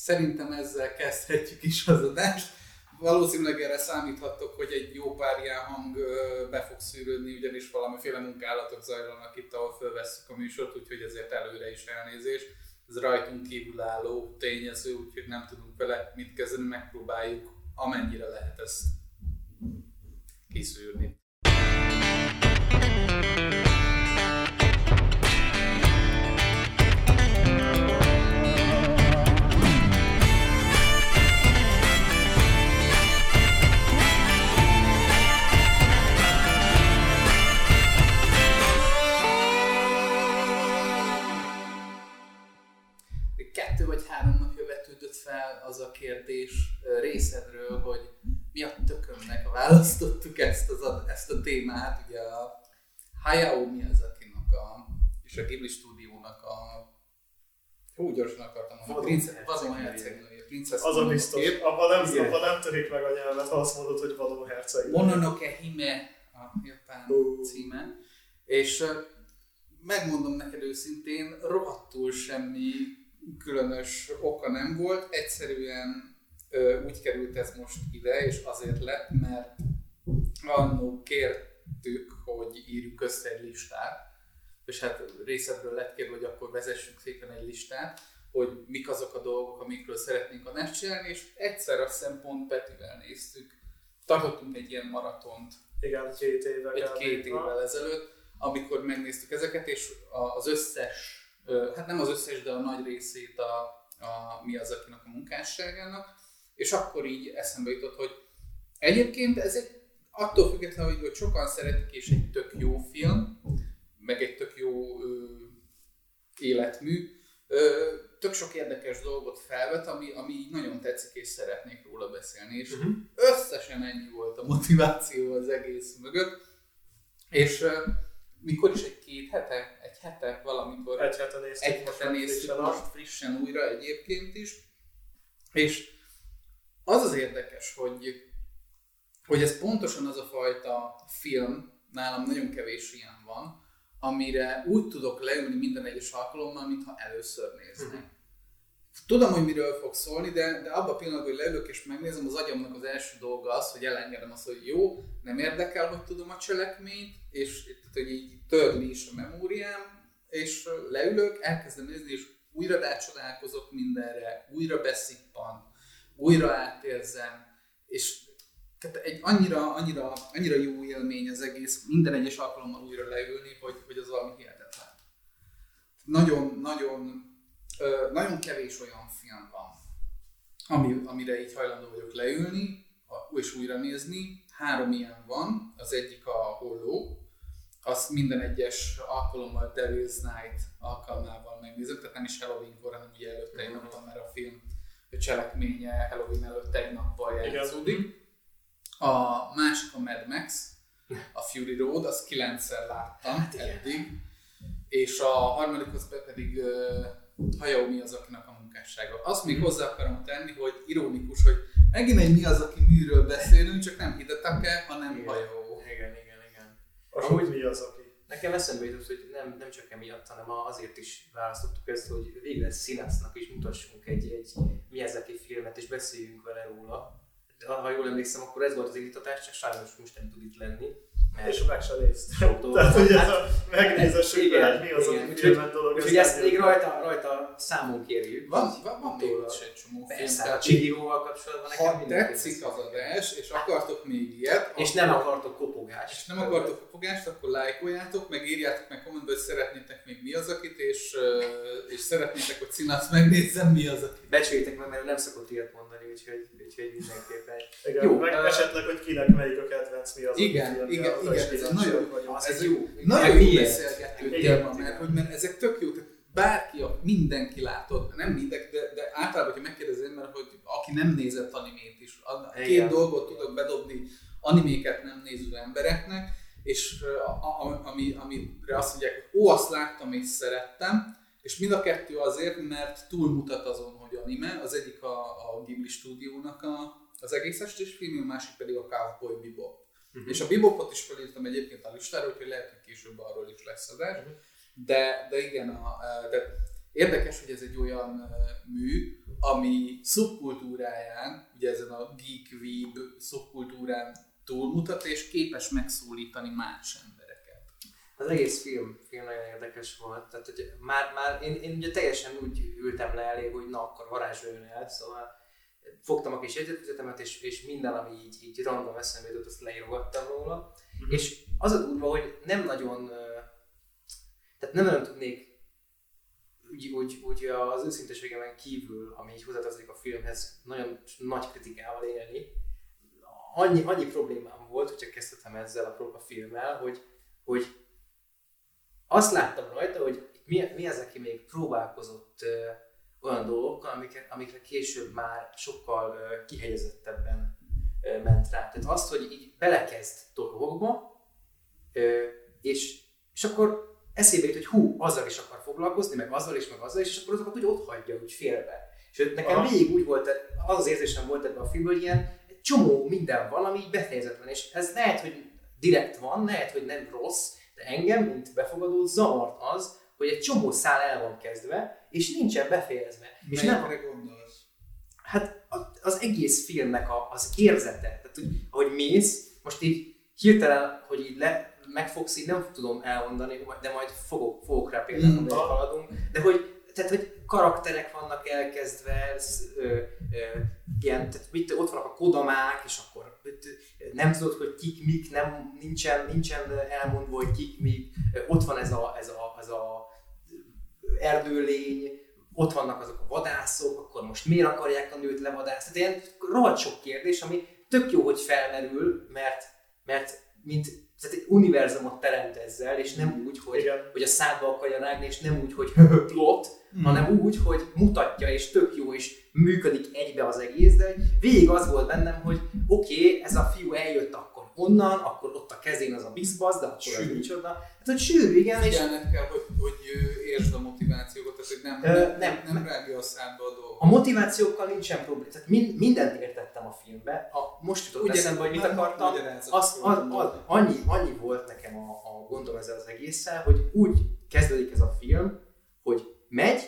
szerintem ezzel kezdhetjük is az adást. Valószínűleg erre számíthattok, hogy egy jó pár ilyen hang be fog szűrődni, ugyanis valamiféle munkálatok zajlanak itt, ahol fölvesszük a műsort, úgyhogy ezért előre is elnézést. Ez rajtunk kívülálló tényező, úgyhogy nem tudunk vele mit kezdeni, megpróbáljuk amennyire lehet ezt kiszűrni. Fel az a kérdés részedről, hogy mi a tökömnek választottuk ezt a témát, ugye a Hayao Miyazakinak és a Ghibli stúdiónak gyorsan akartam mondani, Vadon hercegnője, Princess az a biztos, abban nem törik meg a nyelvet, ha azt mondod, hogy Vadon hercegnője. Mononoke Hime a japán címe, és megmondom neked őszintén, rohadtul semmi különös oka nem volt, egyszerűen úgy került ez most ide, és azért lett, mert annó kértük, hogy írjuk össze egy listát, és hát részedről lett kérve, hogy akkor vezessünk szépen egy listát, hogy mik azok a dolgok, amikről szeretnénk adást csinálni, és egyszer azt hiszem pont Petivel néztük, tartottunk egy ilyen maratont. Igen, 2 évvel ezelőtt, amikor megnéztük ezeket, és az összes, hát nem az összes, de a nagy részét a Miyazakinak a munkásságának, és akkor így eszembe jutott, hogy egyébként ez egy attól függetlenül, hogy sokan szeretik, és egy tök jó film, meg egy tök jó életmű, tök sok érdekes dolgot felvet, ami nagyon tetszik, és szeretnék róla beszélni, és összesen ennyi volt a motiváció az egész mögött, és mikor is egy hete valamikor. Egy hete néztük most frissen újra egyébként is. És az érdekes, hogy ez pontosan az a fajta film, nálam nagyon kevés ilyen van, amire úgy tudok leülni minden egyes alkalommal, mintha először nézném. Tudom, hogy miről fog szólni, de abban a pillanatban, hogy leülök és megnézem, az agyamnak az első dolga az, hogy elengedem azt, hogy jó, nem érdekel, hogy tudom a cselekményt, és hogy így törli is a memóriám, és leülök, elkezdem nézni, és újra rácsodálkozok mindenre, újra beszippant, újra átérzem, és tehát egy annyira jó élmény az egész, minden egyes alkalommal újra leülni, hogy az valami hihetetlen. Nagyon kevés olyan film van, amire így hajlandó vagyok leülni, és újra nézni. 3 ilyen van, az egyik a Holló, azt minden egyes alkalommal Devil's Night alkalmával megnézem, tehát nem is Halloweenkor, hanem ugye előtte egy nappal, mert a film cselekménye Halloween előtt egy nappal játszódik. A másik a Mad Max, a Fury Road, azt 9-szer láttam eddig, és a harmadikhoz pedig Hayao Miyazakinak a munkássága. Azt még hozzá akarom tenni, hogy ironikus, hogy megint egy Miyazaki műről beszélünk, csak nem Hidetake, hanem Hayao. Igen. Amúgy Miyazaki. Nekem eszembe jutott, hogy nem csak emiatt, hanem azért is választottuk ezt, hogy végre színásznak is mutassunk egy Miyazaki filmet, és beszéljünk vele róla. De ha jól emlékszem, akkor ez volt az indítatás, csak sajnos most nem tud itt lenni. És meg se nézd. Sok dolog. Tehát, hogy ez a megnézessük vele, hogy mi az a filmet dolog. Úgyhogy ezt még rajta számon kérjük. Van még is egy csomó film. Persze, a Chihiróval kapcsolatban nekem ha tetszik az adás, és akartok még ilyet, és nem akartok kopogást. Akkor lájkoljátok, meg írjátok meg kommentbe, hogy szeretnétek még Miyazakit, és szeretnétek, hogy Színász megnézzem Miyazakit. Becsüljétek meg, mert nem szokott ilyet mondani, úgyhogy mindenképpen. Igen, jó, meg esetleg, hogy kinek melyik a kedvenc Miyazaki. Igen, ez nagyon jó beszélgető téma, mert ezek tök jó, tehát mindenki látott, nem mindenki, de általában, hogyha megkérdezem, mert hogy aki nem nézett animét is, két dolgot tudok bedobni animéket nem néző embereknek, és amire azt mondják, hogy azt láttam és szerettem, és mind a kettő azért, mert túlmutat azon, hogy anime, az egyik a Ghibli stúdiónak az egész estés film, a másik pedig a Cowboy Bebop. És a Bebopot is felírtam egyébként a listára, úgyhogy lehet, hogy később arról is lesz adás. De igen, de érdekes, hogy ez egy olyan mű, ami szubkultúráján, ugye ezen a geek weeb szubkultúrán túlmutat, és képes megszólítani más embereket. Az egész film nagyon érdekes volt. Tehát, hogy már én ugye teljesen úgy ültem le elé, hogy na, akkor varázsoljon el, szóval fogtam a kis jegyzetfüzetemet, és minden, ami így random eszembe jutott, azt leírogattam róla. És az a durva, hogy nem nagyon tudnék úgy az őszinteségemen kívül, ami így hozzátartozik a filmhez, nagyon nagy kritikával élni. Annyi problémám volt, hogyha kezdtem ezzel a filmmel, hogy azt láttam rajta, hogy mi az, aki még próbálkozott olyan dolgokkal, amikre később már sokkal kihegyezettebben ment rá. Tehát azt, hogy így belekezd dolgokba, és akkor eszébe jut, hogy azzal is akar foglalkozni, meg azzal is, és akkor azokat úgy ott hagyja, úgy félbe. És nekem végig úgy volt, az érzésem volt ebben a filmben, hogy ilyen egy csomó minden van, ami így befejezetlen, és ez lehet, hogy direkt van, lehet, hogy nem rossz, de engem, mint befogadó, zavart az, hogy egy csomó szál el van kezdve, és nincsen befejezve. És melyikre gondolsz? Hát az egész filmnek az érzete, tehát ahogy mész, most így hirtelen, hogy így megfogsz, így nem tudom elmondani, de majd fogok rá például, hogy haladunk, de hogy karakterek vannak elkezdve, ilyen, tehát ott vannak a kodamák, és akkor nem tudod, hogy kik mik, nincsen elmondva, hogy kik mik, ott van ez a erdőlény, ott vannak azok a vadászok, akkor most miért akarják a nőt levadászni? Tehát ilyen rohadt sok kérdés, ami tök jó, hogy felmerül, mert tehát egy univerzumot teremt ezzel, és nem úgy, hogy a szádba akarja rágni, és nem úgy, hogy plot, hanem úgy, hogy mutatja, és tök jó, és működik egybe az egész, de végig az volt bennem, hogy oké, ez a fiú eljött akkor onnan, akkor ott a kezén az a bizbasz, de akkor az micsoda. Hát, hogy sűrű, igen. Figyelned kell, hogy értsd a motivációkat, tehát hogy nem rágja a szádba a dolgot. A motivációkkal nincsen probléma. Tehát mindent értettem a filmbe. Most jutott eszembe, hogy mit akartam. Annyi volt nekem a gondom ezzel az egésszel, hogy úgy kezdődik ez a film, hogy megy,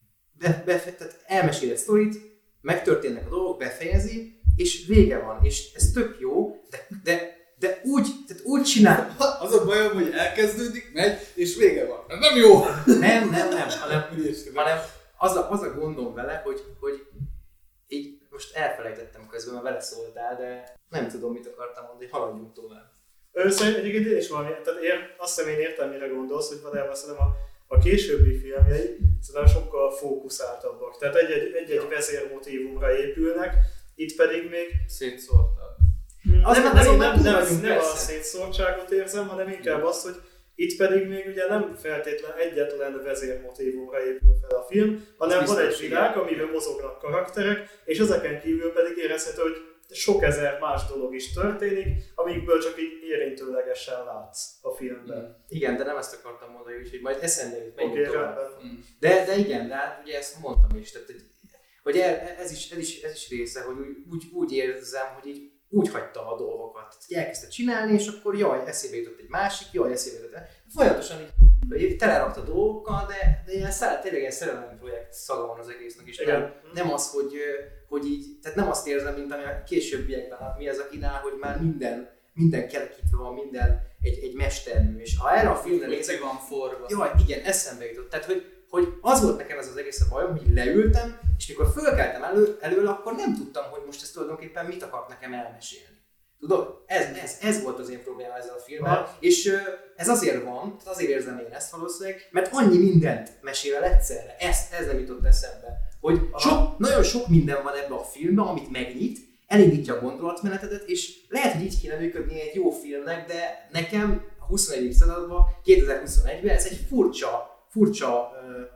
tehát elmesél egy sztorit, megtörténnek a dolgok, befejezi, és vége van, és ez tök jó, de úgy csinál. Az a bajom, hogy elkezdődik, megy, és vége van. Nem jó! Nem, hanem az a gondom vele, hogy így most elfelejtettem közben, mert vele szóltál, de nem tudom, mit akartam mondani, haladjunk tovább. Szerintem egyébként én is valami, tehát azt hiszem én értem, mire gondolsz, hogy valójában szerintem a későbbi filmjei szerintem sokkal fókuszáltabbak. Tehát egy-egy vezérmotívumra épülnek, itt pedig még szétszórtad. Nem a szétszórtságot érzem, hanem inkább azt, hogy itt pedig még ugye nem feltétlen egyetlen vezérmotívumra épül fel a film, hanem van egy világ, amiben mozognak karakterek, és ezeken kívül pedig érezhető, hogy sok ezer más dolog is történik, amikből csak így érintőlegesen látsz a filmben. Igen, de nem ezt akartam mondani, úgyhogy majd eszembe jut, menjünk tovább. De igen, de hát ugye ezt mondtam is, tehát, hogy ez is része, hogy úgy érzem, hogy így úgy hagyta a dolgokat. Elkezdte csinálni, és akkor jaj, eszébe jutott egy másik, jaj, eszébe jutott. Folyamatosan így telerakta dolgokkal, de ilyen tényleg ilyen szerelem projekt szaga van az egésznek is. Nem az, hogy így, tehát nem azt érzem, mint ami a későbbiekben mi az, akinál, hogy már minden kerekítve van, minden egy mestermű. És ha erre a filmre nézek, van forva. Jaj, igen, eszembe jutott. Tehát, hogy az volt nekem ez az egész a bajom, hogy leültem, és mikor fölkeltem előle, akkor nem tudtam, hogy most ezt tulajdonképpen mit akart nekem elmesélni. Tudod? Ez volt az én problémám ezzel a filmmel, és ez azért van, azért érzem én ezt valószínűleg, mert annyi mindent mesél el egyszerre. Ez nem jutott eszembe. Hogy nagyon sok minden van ebben a filmben, amit megnyit, elindítja a gondolatmenetedet, és lehet, hogy így kéne működni egy jó filmnek, de nekem a 21. században, 2021-ben ez egy furcsa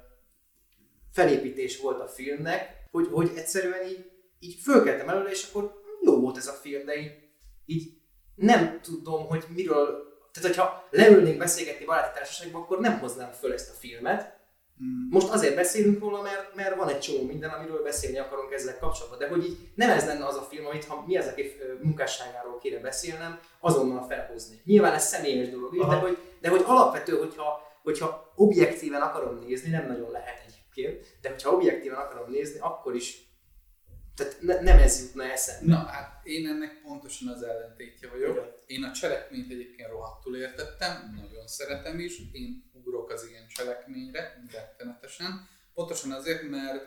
felépítés volt a filmnek, hogy egyszerűen így fölkeltem előle, és akkor jó volt ez a film, de így nem tudom, hogy miről, tehát hogyha leülnénk beszélgetni baráti társaságban, akkor nem hoznám föl ezt a filmet. Most azért beszélünk róla, mert van egy csomó minden, amiről beszélni akarunk ezzel kapcsolatban, de hogy így nem ez lenne az a film, amit ha mi az, aki munkásságáról kéne beszélnem, azonnal felhozni. Nyilván ez személyes dolog is, de hogy alapvető, hogyha objektíven akarom nézni, nem nagyon lehet egy egyébként, de hogyha objektíven akarom nézni, akkor is tehát nem ez jutna eszembe. Na, hát én ennek pontosan az ellentétje vagyok. Én a cselekményt egyébként rohadtul értettem, nagyon szeretem is, én ugrok az ilyen cselekményre, rettenetesen. Pontosan azért,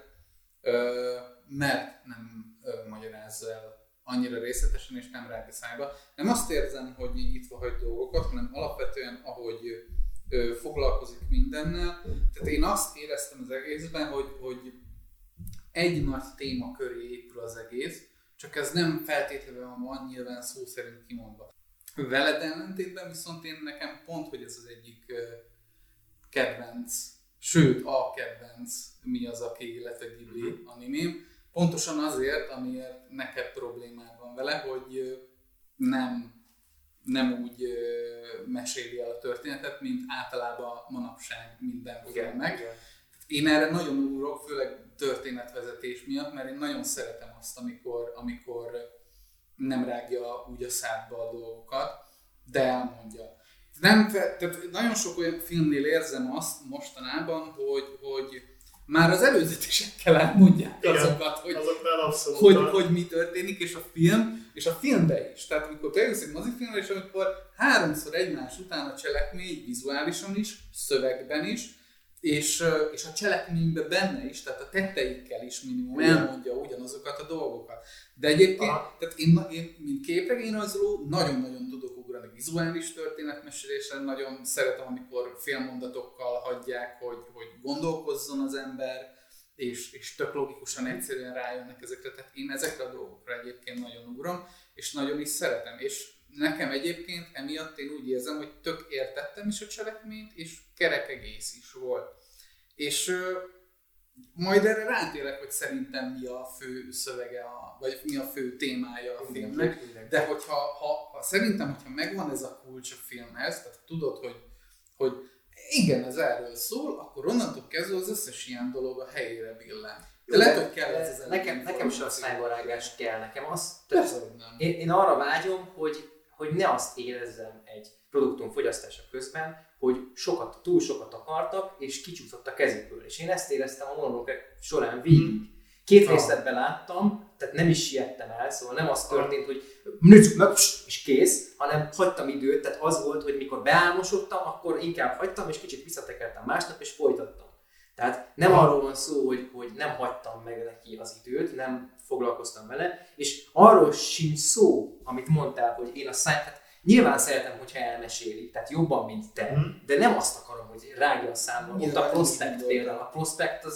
mert nem magyarázza el annyira részletesen és nem rág a szájba. Nem azt érzem, hogy nyitva hagy dolgokat, hanem alapvetően, ahogy foglalkozik mindennel. Tehát én azt éreztem az egészben, hogy egy nagy téma köré épül az egész, csak ez nem feltétlenül van nyilván szó szerint kimondva. Veled ellentétben viszont nekem pont, hogy ez az egyik kedvenc, sőt a kedvenc Mi az aki, illetve Ghibli animém. Pontosan azért, amiért neked problémád van vele, hogy nem úgy meséli el a történetet, mint általában manapság minden filmek. Én erre nagyon ugrok, főleg történetvezetés miatt, mert én nagyon szeretem azt, amikor nem rágja úgy a szádba a dolgokat, de elmondja. Tehát nagyon sok olyan filmnél érzem azt mostanában, hogy már az előzetesekkel elmondják azokat, hogy mi történik, és a filmben is. Tehát amikor bejössz egy mozifilmre, és amikor háromszor egymás után a cselekmény vizuálisan is, szövegben is, és a cselekményben benne is, tehát a tetteikkel is minimum elmondja ugyanazokat a dolgokat. De egyébként, tehát én mint képregényrajzoló nagyon-nagyon tudok ugrani vizuális történetmesélésre, nagyon szeretem, amikor félmondatokkal hagyják, hogy gondolkozzon az ember, és tök logikusan egyszerűen rájönnek ezekre. Tehát én ezekre a dolgokra egyébként nagyon ugrom, és nagyon is szeretem. És nekem egyébként emiatt én úgy érzem, hogy tök értettem is a cselekményt, és kerek egész is volt. És majd erre rátérek, hogy szerintem mi a fő szövege, vagy mi a fő témája a filmnek. De hogyha szerintem, hogyha megvan ez a kulcs a filmhez, tehát tudod, hogy igen, ez erről szól, akkor onnantól kezdve az összes ilyen dolog a helyére billen. De lehet, hogy kell ez az nekem is a szájbarágás kell, nekem az. Én arra vágyom, hogy ne azt érezzem egy produktum fogyasztása közben, hogy túl sokat akartak, és kicsúszott a kezükből. És én ezt éreztem a monologok során végig. 2 részletben láttam, tehát nem is siettem el, szóval nem az történt, hogy nézzük meg, és kész, hanem hagytam időt, tehát az volt, hogy mikor beálmosodtam, akkor inkább hagytam, és kicsit visszatekertem másnap, és folytattam. Tehát nem arról van szó, hogy nem hagytam meg neki az időt, nem foglalkoztam vele, és arról sincs szó, amit mondtál, hogy én hát nyilván szeretem, hogyha elmesélik, tehát jobban, mint te, de nem azt akarom, hogy rágja a számba. Ott a Prospect például. A Prospect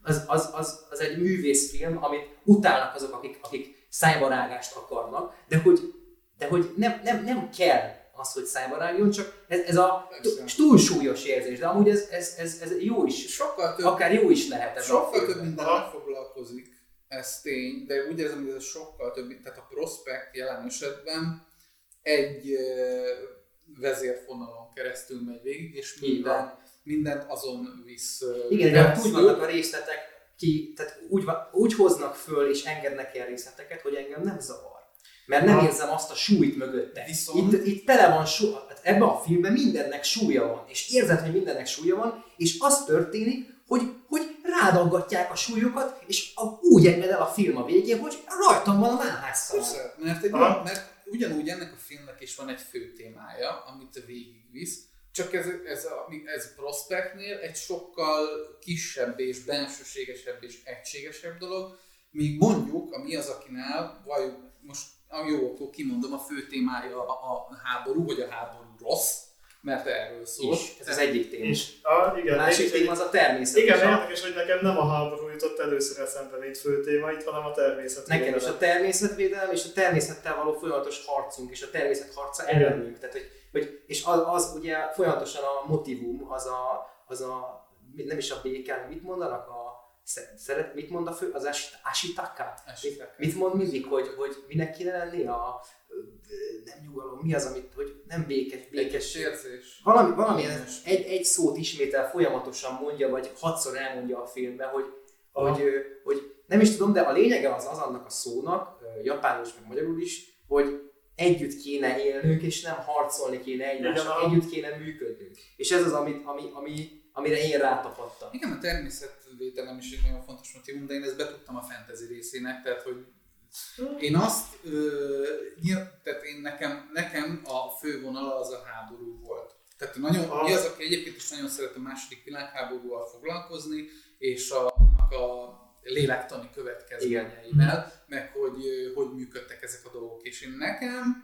az egy művészfilm, amit utálnak azok, akik szájbarágást akarnak, de hogy nem kell az, hogy szájbarágjon, csak ez a túlsúlyos érzés, de amúgy ez jó is, sokkal több, akár jó is lehet ez sokkal több mindennel foglalkozik, ez tény, de úgy érzem, hogy ez sokkal több, tehát a Prospect jelen esetben egy vezérfonalon keresztül megy végig, és mindent azon visz. Igen, de úgy vannak a részletek, tehát úgy hoznak föl és engednek el részleteket, hogy engem nem zavar. Mert nem érzem azt a súlyt mögötte. Itt tele van súly, ebben a filmben mindennek súlya van, és érzed, hogy mindennek súlya van, és az történik, hogy rádaggatják a súlyokat, és úgy enged el a film a végén, hogy rajtam van a náhásszal. Mert ugyanúgy ennek a filmnek is van egy fő témája, amit végigvisz, csak ez a Prospectnél egy sokkal kisebb és bensőségesebb és egységesebb dolog, míg mondjuk a Mi az akinál, vagy most jó, akkor kimondom, a fő témája a háború, vagy a háború rossz, mert erről szól. Ez az egyik téma. Igen, a másik téma az a természet. Igen, érdekes, hogy nekem nem a háború jutott először eszembe, mint fő téma itt, hanem a természetvédelem. Nekem is a természetvédelem és a természettel való folyamatos harcunk és a természet harca ellenünk. Tehát, és az ugye folyamatosan a motivum, az a nem is a béke, mit mondanak mit mond a fő, az Ashitaka? Mit mond mindig, hogy minek kéne lenni a nem nyugalom, mi az, amit, hogy nem békes érzés. Valami egy szót ismétel folyamatosan mondja, vagy 6-szor elmondja a filmben, hogy nem is tudom, de a lényege az annak a szónak, japánul is, meg magyarul is, hogy együtt kéne élnünk, és nem harcolni kéne egymással, együtt kéne működnünk. És ez az, amire én rátapadtam. Igen, a természetvédelem védelem is egy nagyon fontos motivum, de én ezt betudtam a fantasy részének, tehát hogy én azt, tehát nekem a fővonala az a háború volt. Tehát mi az, aki egyébként is nagyon szeret a második világháborúval foglalkozni, és annak a lélektani következményeivel, meg hogy működtek ezek a dolgok. És én nekem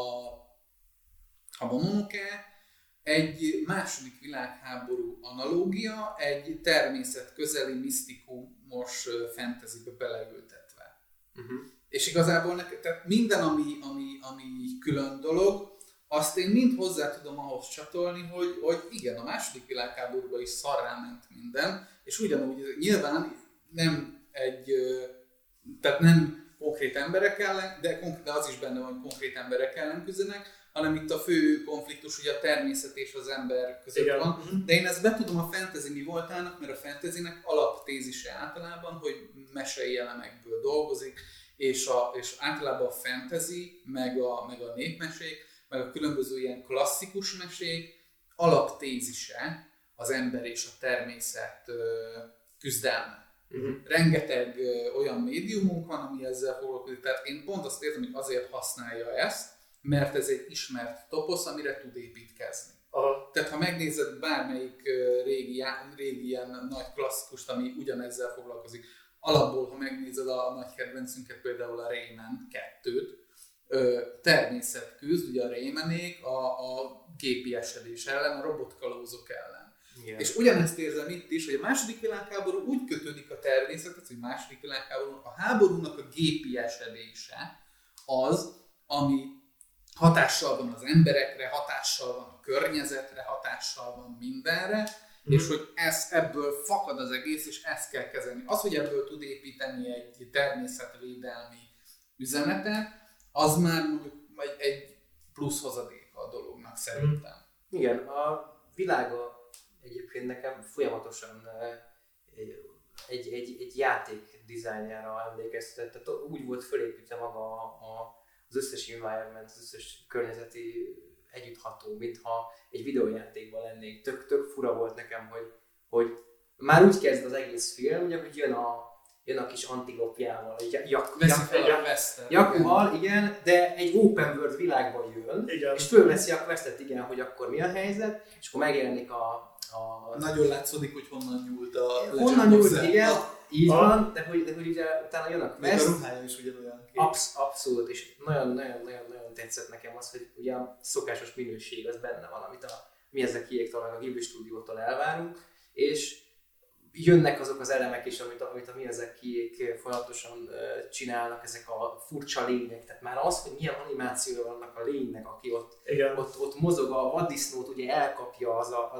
a Mononoke egy második világháború analógia, egy természetközeli, misztikumos fantasybe beleültetve. És igazából tehát minden, ami külön dolog, azt én mind hozzá tudom ahhoz csatolni, hogy igen, a második világháborúban is szarrá ment minden, és ugyanúgy nyilván tehát nem konkrét emberek ellen, de az is benne van, hogy konkrét emberek ellen küzdenek, hanem itt a fő konfliktus ugye a természet és az ember között van. De én ezt be tudom a fantasy mi voltának, mert a fantasynek alaptézise általában, hogy mesei elemekből dolgozik, és általában a fantasy, meg a népmesék, meg a különböző ilyen klasszikus mesék alaptézise az ember és a természet küzdelme. Rengeteg olyan médiumunk van, ami ezzel foglalkozik, tehát én pont azt értem, hogy azért használja ezt, mert ez egy ismert toposz, amire tud építkezni. Tehát ha megnézed bármelyik régi ilyen nagy klasszikust, ami ugyanezzel foglalkozik, alapból, ha megnézed a nagy kedvencünket, például a Rayman 2-t, természet küzd, ugye a Raymanék a gépi esedés ellen, a robotkalózok ellen. Yeah. És ugyanezt érzem itt is, hogy a második világháború úgy kötődik a természethez, hogy a második világháború, a háborúnak a gépi esedése az, ami hatással van az emberekre, hatással van a környezetre, hatással van mindenre, és hogy ebből fakad az egész, és ezt kell kezelni. Az, hogy ebből tud építeni egy természetvédelmi üzenetet, az már mondjuk egy plusz hozadéka a dolognak szerintem. Igen, a világa egyébként nekem folyamatosan egy játék dizájnjára emlékeztetett. Tehát úgy volt fölépítve maga az összes environment, az összes környezeti együttható, mintha egy videójátékban lennék. Tök fura volt nekem, hogy már úgy kezd az egész film, ugye, hogy jön a kis antilopjával, Jakuval, igen, de egy open world világban jön, igen. És fölveszi a questet, igen, hogy akkor mi a helyzet, és akkor megjelenik Nagyon látszódik, hogy honnan nyúlt a honnan nyúlt, igen, így van, de hogy ugye utána jön a quest. A ruhája is ugyanolyan. Abszolút, és nagyon tetszett nekem az, hogy ugye a szokásos minőség az benne van, amit a Miyazakiéktól, meg a Ghibli stúdiótól elvárunk, és jönnek azok az elemek is, amit a Miyazakiék folyamatosan csinálnak, ezek a furcsa lények. Tehát már az, hogy milyen animációja vannak a lénynek, aki ott mozog, a vaddisznót ugye elkapja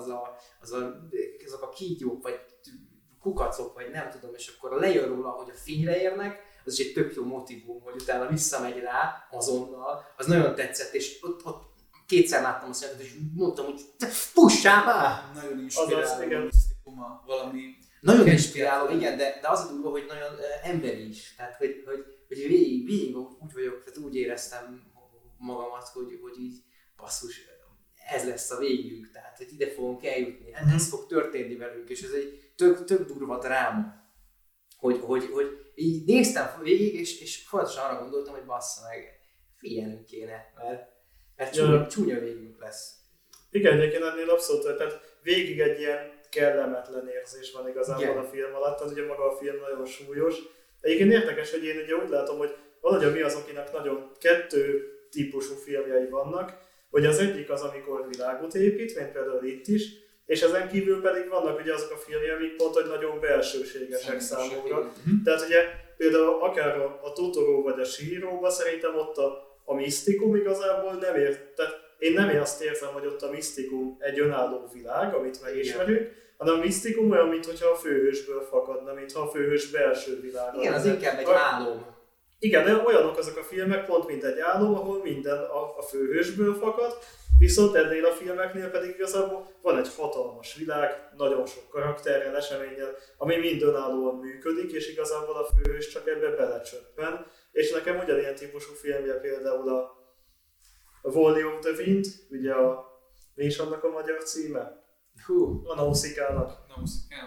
azok a kígyók, vagy kukacok, vagy nem tudom, és akkor lejön róla, hogy a fényre érnek, az is egy tök jó motivum, hogy utána visszamegy rá azonnal. Az nagyon tetszett, és ott kétszer láttam azt, és mondtam, hogy pussál már! Nagyon inspiráló, valami... Nagyon inspiráló, igen, de az a durva, hogy nagyon emberi is. Tehát, hogy végig úgy vagyok, tehát úgy éreztem magamat, hogy így basszus, ez lesz a végünk, tehát, hogy ide fogunk eljutni, ez fog történni velünk, és ez egy tök durva dráma. Hogy így néztem végig, és folyamatosan arra gondoltam, hogy bassza meg, figyelnünk kéne, mert csúnya végünk lesz. Igen, egyébként ennél abszolút, tehát végig egy ilyen kellemetlen érzés van igazából a film alatt, az ugye maga a film nagyon súlyos. Egyébként érdekes, hogy én ugye úgy látom, hogy valahogy mi az, akinek nagyon kettő típusú filmjei vannak, hogy az egyik az, amikor világot épít, mint például itt is, és ezen kívül pedig vannak ugye azok a filmjei, amik pont, hogy nagyon belsőségesek számomra. Tehát ugye például akár a Totoro vagy a Chihiro-ban szerintem ott a misztikum igazából nem tehát én nem azt érzem, hogy ott a misztikum egy önálló világ, amit megismerünk, hanem a misztikum olyan, mintha a főhősből fakadna, mintha a főhős belső világ. Igen, az inkább egy álom. Igen, de olyanok azok a filmek, pont mint egy álom, ahol minden a főhősből fakad, viszont ennél a filmeknél pedig igazából van egy hatalmas világ, nagyon sok karakterrel, eseménnyel, ami mind önállóan működik, és igazából a főhős csak ebbe belecsöppen. És nekem ugyanilyen típusú filmje például a Valley of the Wind, ugye mi is annak a magyar címe? A Nausikának.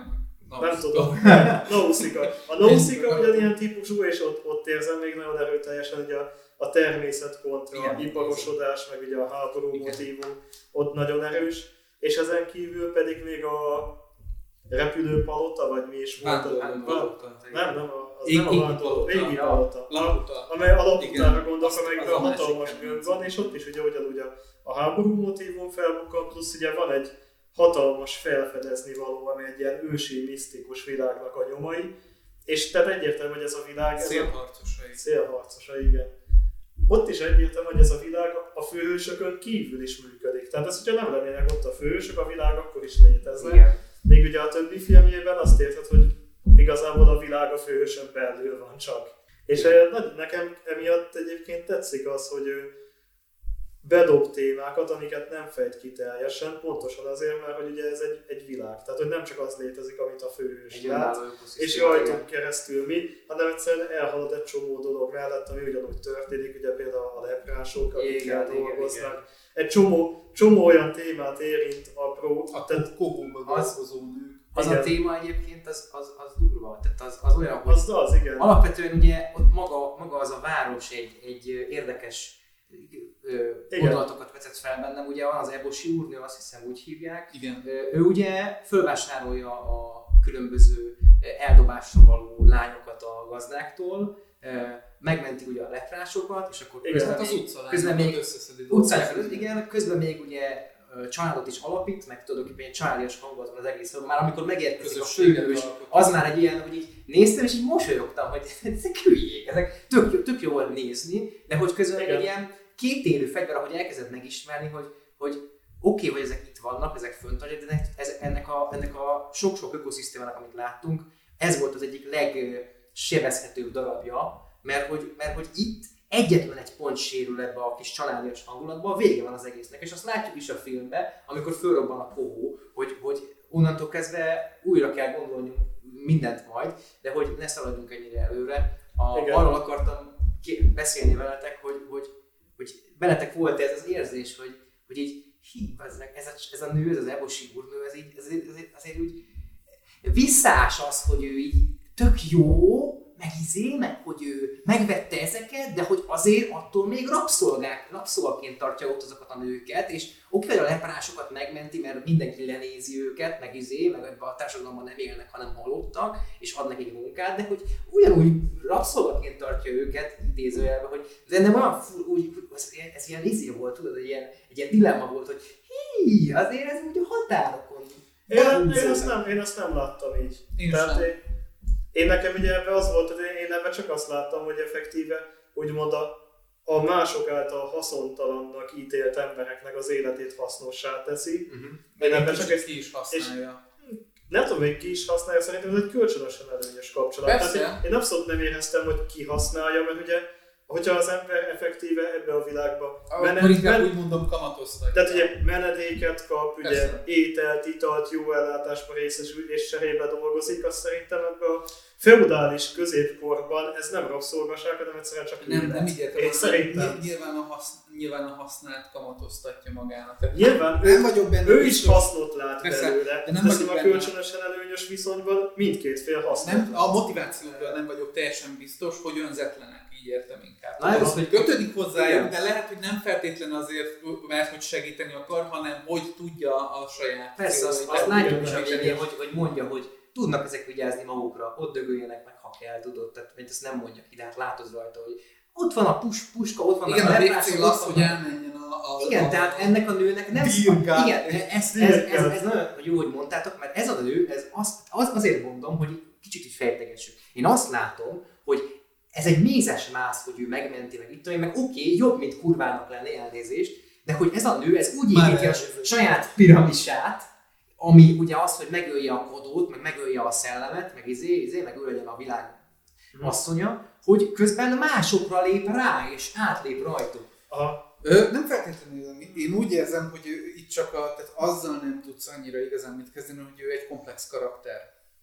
Nem tudom. Nausicaa. A Nausicaa ugyanilyen típusú, és ott érzem még nagyon erőteljesen, hogy a természet kontra, iparosodás, meg ugye a háború motívum ott nagyon erős. És ezen kívül pedig még a repülőpalota, vagy mi is volt? Nem, az nem a vándorló, égi palota. Amely a laputára gondolok, amelyikben a hatalmas gömb van, és ott is ugye ugyanúgy a háború motívum felbukkan, plusz ugye van egy hatalmas felfedezni való, ami egy ilyen ősi, misztikus világnak a nyomai. És tehát egyértelmű, hogy ez a világ... Szélharcosai, igen. Ott is egyértelmű, hogy ez a világ a főhősökön kívül is működik. Tehát ez, hogyha nem lennének ott a főhősök, a világ akkor is létezne. Igen. Még ugye a többi filmjében azt érted, hogy igazából a világ a főhősön belül van csak. És nekem emiatt egyébként tetszik az, hogy ő bedob témákat, amiket nem fejt ki teljesen, pontosan azért, mert hogy ugye ez egy világ. Tehát, hogy nem csak az létezik, amit a főhős lát, és rajtunk keresztül mi, hanem egyszerűen elhalad egy csomó dolog mellett, ami ugyanúgy történik, ugye például a leprások, akikkel dolgoznak. Egy csomó olyan témát érint apró. A kohóban dolgozó nők. Az igen. A téma egyébként az durva, tehát az olyan, hogy az, igen. Alapvetően ugye ott maga az a város egy érdekes gondolatokat vetett fel bennem, ugye van az Eboshi úrnő, azt hiszem úgy hívják. Igen. Ő ugye fölvásárolja a különböző eldobásra való lányokat a gazdáktól, megmenti ugye a leprásokat, és akkor közben még ugye családot is alapít, meg tulajdonképpen egy családias hangulat van az egész szóval. Már amikor megérkezik a főhős, az már egy ilyen, hogy így néztem és így mosolyogtam, hogy ezek hülyék, ezek tök jó volt nézni, de hogy közben egy ilyen kétélű fegyver, ahogy elkezded megismerni, hogy oké, hogy ezek itt vannak, ezek fönt vannak, de ennek a sok-sok ökoszisztémának, amit láttunk, ez volt az egyik legsebezhetőbb darabja, mert hogy itt egyetlen egy pont sérül ebbe a kis családias hangulatba, a vége van az egésznek, és azt látjuk is a filmben, amikor fölrobban a kohó, hogy onnantól kezdve újra kell gondolni mindent majd, de hogy ne szaladjunk ennyire előre. Arról akartam beszélni veletek, hogy veletek volt ez az érzés, hogy így ez a nő, ez az Eboshi úrnő, ez azért úgy visszás az, hogy ő így tök jó, meg hogy ő megvette ezeket, de hogy azért attól még rabszolgaként tartja ott azokat a nőket, és oké, hogy a leprásokat megmenti, mert mindenki lenézi őket, meg ebben a társadalomban nem élnek, hanem halottak, és ad nekik munkát, de hogy ugyanúgy rabszolgaként tartja őket, idézőjelben, hogy de nem olyan ez ilyen volt, tudod, egy ilyen dilemma volt, hogy azért ez úgy a határokon. Én azt nem láttam így. Én nekem ugye ebben az volt, hogy én ebben csak azt láttam, hogy effektíve úgymond a mások által haszontalannak ítélt embereknek az életét hasznossá teszi. Én ebben csak ki is használja. Nem tudom, hogy ki is használja, szerintem ez egy kölcsönösen előnyös kapcsolat. Tehát én abszolút nem éreztem, hogy ki használja, mert ugye hogyha az ember effektíve ebbe a világba úgy mondom, kamatoztatja. Tehát ugye menedéket kap, ugye ételt, italt, jó ellátásban részesül és cserébe dolgozik, azt szerintem ebben a feudális középkorban ez nem rabszolgaság, hanem egyszerűen csak nem így értem. Én szerintem nyilván a hasznát kamatoztatja magának. Nyilván nem vagyok benne ő is hasznot lát belőle, de nem a kölcsönösen előnyös viszonyban mindkét fél hasznot. A motivációból nem vagyok teljesen biztos, hogy önzetlenek, így értem inkább. Az, hogy kötődik hozzájuk, de lehet, hogy nem feltétlen azért, mert hogy segíteni akar, hanem hogy tudja a saját. Persze, azt látjuk is a végén, hogy mondja, hogy tudnak ezek vigyázni magukra, ott dögöljenek meg, ha kell, tudod, tehát ezt nem mondja ki, de hát látod rajta, hogy ott van a puska, ott van a leprása, az, hogy elmenjen igen, tehát ennek a nőnek nem ez nagyon jó, hogy mondtátok, mert ez a nő, azért mondom, hogy kicsit így fejtegessük. Én azt látom, hogy ez egy mézes mász, hogy ő megmenti, meg itt tudom, meg oké, jobb, mint kurvának lenni, elnézést, de hogy ez a nő, ez úgy építi a saját piramisát, ami ugye az, hogy megölje a kodót, meg megölje a szellemet, meg meg ő legyen a világ asszonya, hogy közben másokra lép rá, és átlép rajtuk. Nem feltétlenül, én úgy érzem, hogy itt csak tehát azzal nem tudsz annyira igazán mit kezdeni, hogy ő egy komplex karakter.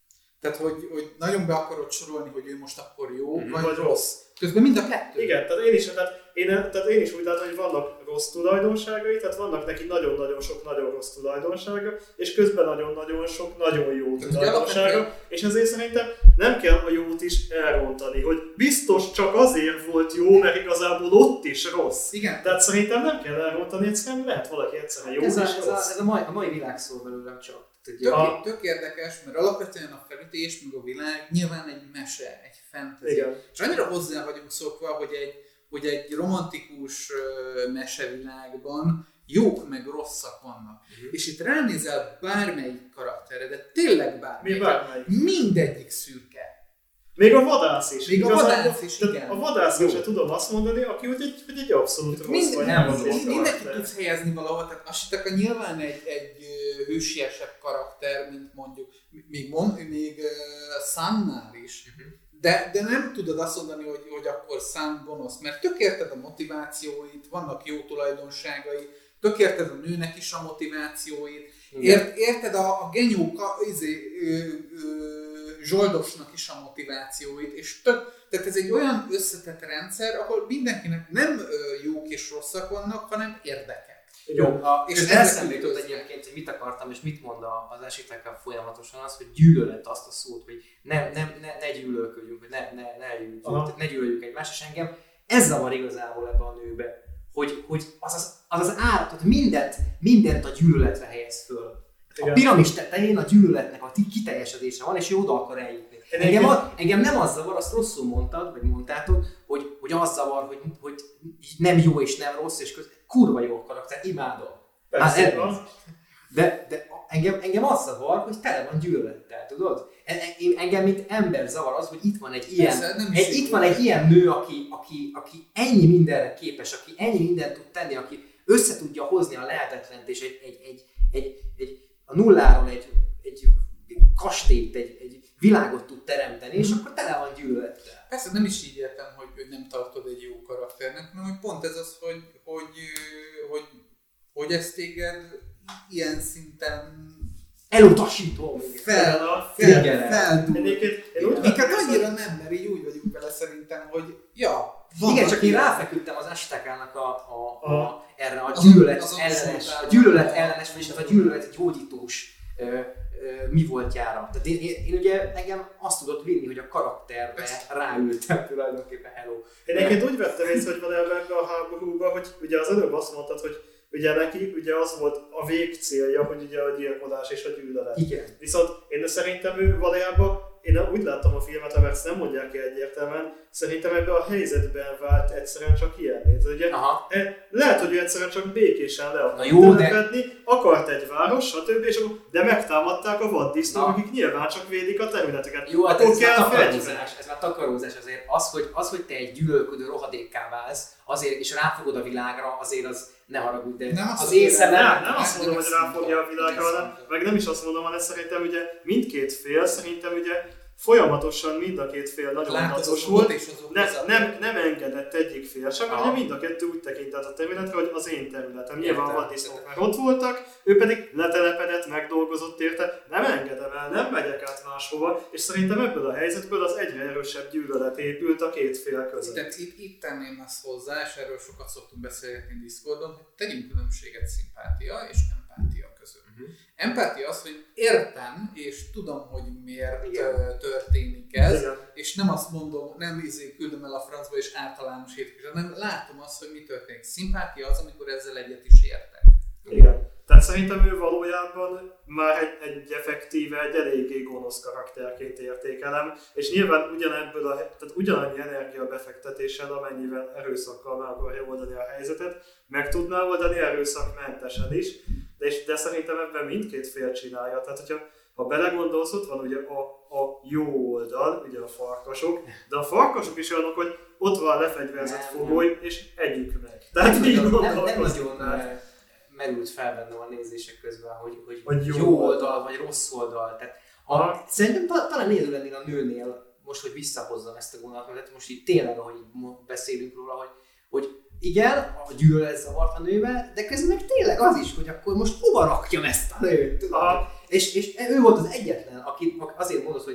Tehát, hogy nagyon be akarod sorolni, hogy ő most akkor jó, vagy rossz. Közben mind a kettő. Igen, tehát én is úgy látom, hogy vannak rossz tulajdonságai, tehát vannak neki nagyon-nagyon sok nagyon rossz tulajdonsága, és közben nagyon-nagyon sok nagyon jó tulajdonsága, és ezért szerintem nem kell a jót is elrontani, hogy biztos csak azért volt jó, mert igazából ott is rossz. Igen. Tehát szerintem nem kell elrontani, egyszerűen lehet valaki egyszerűen jó és rossz. Ez a mai világ szól belőlem csak. Tök érdekes, mert alapvetően a felütés, meg a világ nyilván egy mese, egy fantasy. Igen. És annyira hozzá vagyunk szokva, hogy egy romantikus mesevilágban jók meg rosszak vannak. És itt ránézel bármelyik karakterre, de tényleg bármelyik. Mindegyik szürke. Még a vadász is. Még a vadász is, igen. A vadászra se tudom azt mondani, aki hogy egy abszolút rossz vagy. Mindenki tudsz helyezni valahol, tehát Ashitaka nyilván egy hősiesebb karakter, mint mondjuk még Sunnál is. De nem tudod azt mondani, hogy akkor Sun gonosz, mert tök érted a motivációit, vannak jó tulajdonságai, tök érted a nőnek is a motivációit, érted a genyó zsoldosnak is a motivációit, és tehát ez egy olyan összetett rendszer, ahol mindenkinek nem jók és rosszak vannak, hanem érdekek. Jó, és eszembe jutott egyébként, hogy mit akartam és mit mond az Ashitaka folyamatosan az, hogy gyűlölet azt a szót, hogy ne gyűlölködjünk, hogy ne gyűlöljük egymást, és engem ez zavar igazából ebbe a nőbe, hogy az állat, hogy mindent a gyűlöletre helyez föl. A piramis tetején a gyűlöletnek a kiteljesedése van, és ő oda akar eljutni. Engem nem az zavar, azt rosszul mondtad, vagy mondtátok, hogy az zavar, hogy nem jó és nem rossz, és kurva jó a karakter, imádom. De engem az zavar, hogy tele van gyűlölettel, tudod? Engem mint ember zavar az, hogy itt van egy ilyen nő, aki ennyi mindenre képes, aki ennyi mindent tud tenni, aki össze tudja hozni a lehetetlent, és a nulláról egy kastélyt, egy világot tud teremteni, és akkor tele van gyűlölettel. Persze nem is így értem, hogy nem tartod egy jó karakternek, hanem hogy pont ez az, hogy ez téged ilyen szinten elutasító. Feldúl. Minket annyira nem, mert így úgy vagyunk vele szerintem, hogy igen, csak én ráfeküdtem az Ashitakának erre a gyűlölet ellenes, vagyis a gyűlölet gyógyítós mi voltjára. Tehát én ugye engem azt tudott vinni, hogy a karakterbe ráültem tulajdonképpen, hello. Én egyébként úgy vettem észre, hogy valójában ebben a háborúban, hogy ugye az előbb azt mondtad, hogy ugye neki ugye az volt a végcélja, hogy ugye a gyilkolás és a gyűlölet. Igen. Viszont én szerintem ő valójában, én úgy láttam a filmet, mert ezt nem mondják ki egyértelműen, szerintem ebben a helyzetben vált egyszerűen csak ilyenné. Ugye, lehet, hogy ő egyszerűen csak békésen le akart telepedni, akart egy város, stb. De megtámadták a vaddisznók, akik nyilván csak védik a területeket. Jó, hát ez már takarózás azért. Az, hogy te egy gyűlölködő rohadékká válsz, azért, és ráfogod a világra, azért az ne haragudj, de nem azt mondom, hogy ráfogja a világra, meg nem is azt mondom, hanem szerintem ugye mindkét fél, szerintem ugye folyamatosan mind a két fél nagyon harcos volt, nem engedett egyik fél sem, ugye mind a kettő úgy tekintett a területre, hogy az én területem. Nyilván a vaddisznók már ott voltak, ő pedig letelepedett, megdolgozott érte, nem engedem el, nem megyek át máshova, és szerintem ebből a helyzetből az egyre erősebb gyűlölet épült a két fél között. Tehát itt tenném ezt hozzá, és erről sokat szoktunk beszélgetni Discordon, hogy tegyünk különbséget szimpátia és empátia között. Empátia az, hogy értem, és tudom, hogy miért történik ez, és nem azt mondom, nem küldöm el a francba és általánosítok, hanem látom azt, hogy mi történik. Szimpátia az, amikor ezzel egyet is értek. Igen. Tehát szerintem ő valójában már egy effektíve, egy eléggé gonosz karakterként értékelem, és nyilván ugyanannyi energia befektetéssel, amennyivel erőszakkal meg akarja oldani a helyzetet, meg tudná oldani erőszakmentesen is, de szerintem ebben mindkét fél csinálja. Tehát, ha belegondolsz, ott van ugye a jó oldal, ugye a farkasok, de a farkasok is olyanok, hogy ott van lefegyverzett fogoly, és együk meg. Tehát nem nagyon merült fel bennem a nézések közben, hogy jó oldal vagy rossz oldal. Tehát szerintem talán néző lennél a nőnél, most, hogy visszahozzam ezt a gondolatot, mert most így tényleg, ahogy beszélünk róla, hogy igen, a gyűlölet zavart a nőbe, de közben meg tényleg az is, hogy akkor most hova rakjam ezt a nőt, tudod? És ő volt az egyetlen, aki azért mondod, hogy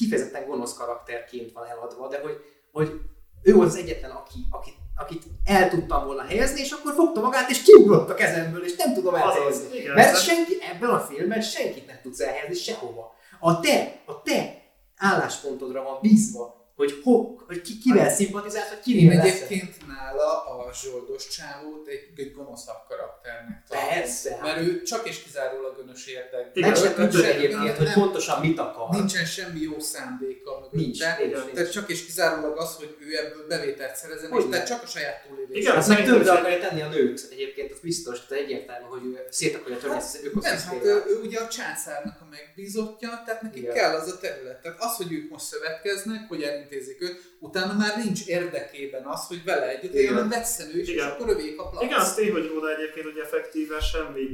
kifejezetten gonosz karakterként van eladva, de hogy ő volt az egyetlen, akit el tudtam volna helyezni, és akkor fogta magát, és kiugrott a kezemből, és nem tudom elhelyezni. Mert senki, ebben a filmben senkit nem tudsz elhelyezni sehova. A te álláspontodra van bízva, hogy kivel szimpatizálsz, vagy kivel én lesz. egyébként nála a zsoldos csávót egy gonoszabb karakternek találom. Persze. Mert ő csak és kizárólag önös érdek. Meg sem tudod egyébként, hogy pontosan mit akar. Nincsen semmi jó szándéka mögötte. Tehát csak és kizárólag az, hogy ő ebből bevételt szerezzen, és tehát csak a saját túlélés. Igen, azt meg többre akarja tenni a nőt egyébként, az biztos, tehát egyértelmű, hogy ő szét akarja törni ezt az ökoszisztémát. Nem, hát ő ugye a császárnak a megbízottja, tehát neki kell az a terület. Tehát az, hogy ők most szövetkeznek, hogy elintézik őt, utána már nincs érdekében az, hogy vele együtt éljen, vesszen ő is, és akkor övé a plac. Igen, az tény, hogy róla egyébként ugye effektíven semmi,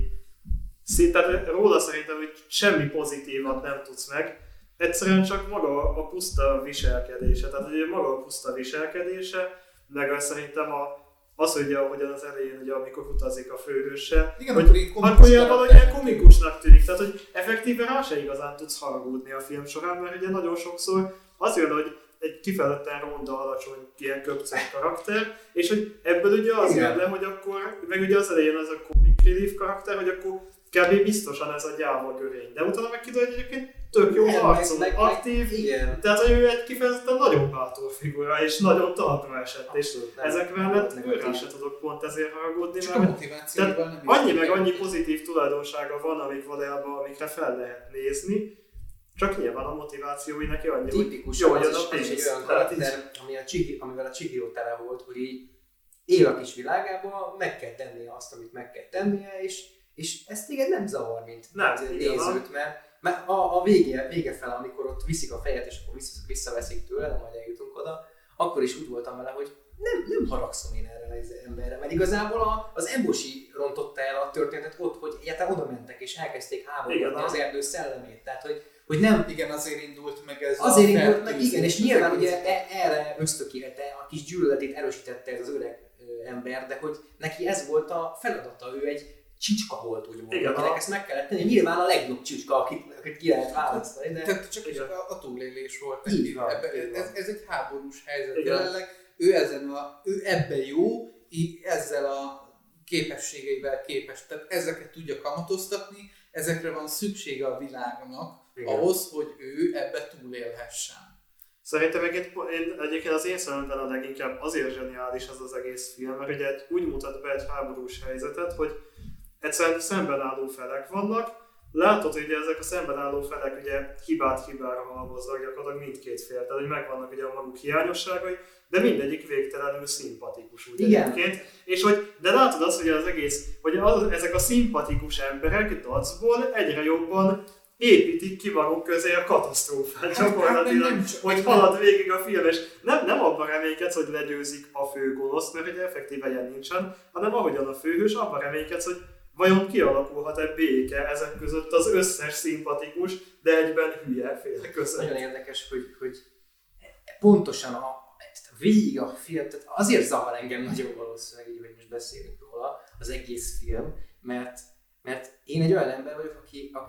tehát róla szerintem, hogy semmi pozitívat nem tudsz meg, egyszerűen csak maga a puszta viselkedése, tehát ugye maga a puszta viselkedése, meg szerintem az, hogy ahogyan az elején, ugye, amikor utazik a főhőssel, akkor ilyen komikusnak tűnik, tehát hogy effektíven rá se igazán tudsz haragudni a film során, mert ugye nagyon sokszor az jön, hogy egy kifejezetten ronda, alacsony, ilyen köpcös karakter, és hogy ebből ugye az jön le, hogy akkor, meg ugye az elején az a comic relief karakter, hogy akkor kb. Biztosan ez a gyáva görény, de utána meg kiderül, hogy egyébként tök jó harcol, aktív, tehát hogy ő egy kifejezetten nagyon bátor figura, és nagyon talpra esett, és ezek mellett őrán se tudok pont ezért haragudni, mert annyi pozitív tulajdonsága van, amik valójában, amikre fel lehet nézni, csak nyilván a motivációi neki annyi, tipikus, hogy az is egy olyan karakter, amivel a Chihiro tele volt, hogy így él a kis világában, meg kell tennie azt, amit meg kell tennie, és ezt téged nem zavar, mint nézőt, mert a vége fele, amikor ott viszik a fejet, és akkor visszaveszik tőle, de majd eljutunk oda, akkor is úgy voltam vele, hogy nem haragszom én erre az emberre, mert igazából az Emboshi rontotta el a történetet ott, hogy egyáltalán oda mentek, és elkezdték háborúzni az erdő szellemét, tehát hogy nem... Igen, azért indult meg ez azért indult meg, igen, és nyilván ugye erre ösztökélte, a kis gyűlöletét erősítette ez az öreg ember, de hogy neki ez volt a feladata, ő egy csicska volt, úgymond, akinek ezt meg kellett tenni. Nyilván a legjobb csicska, akit ki lehet választani. Tehát csak a túlélés volt. Ez egy háborús helyzet. Igen. Jelenleg ő ebben jó, ezzel a képességeivel képes. Tehát ezeket tudja kamatoztatni, ezekre van szüksége a világnak ahhoz, hogy ő ebbe túlélhessen. Szerintem egyébként az én szememben a leginkább azért zseniális az az egész film, mert ugye úgy mutat be egy háborús helyzetet, hogy egyszerűen szemben álló felek vannak, látod, hogy ugye ezek a szemben álló felek ugye hibát hibára halmoznak gyakorlatilag mindkét fél, tehát hogy megvannak ugye a maguk hiányosságai, de mindegyik végtelenül szimpatikus úgy egyébként. És de látod azt, hogy az egész, hogy ezek a szimpatikus emberek dacból egyre jobban építik ki maguk közé a katasztrófát gyakorlatilag, hogy halad végig a film, és nem abban reménykedsz, hogy legyőzik a főgonoszt, mert ugye effektíve ilyen nincsen, hanem ahogyan a főhős, abban reménykedsz, hogy vajon kialakulhat-e béke ezek között az összes szimpatikus, de egyben hülye fél között. Nagyon érdekes, hogy pontosan végig a film, tehát azért zavar engem nagyon valószínűleg így, hogy most beszélünk róla, az egész film, mert én egy olyan ember vagyok,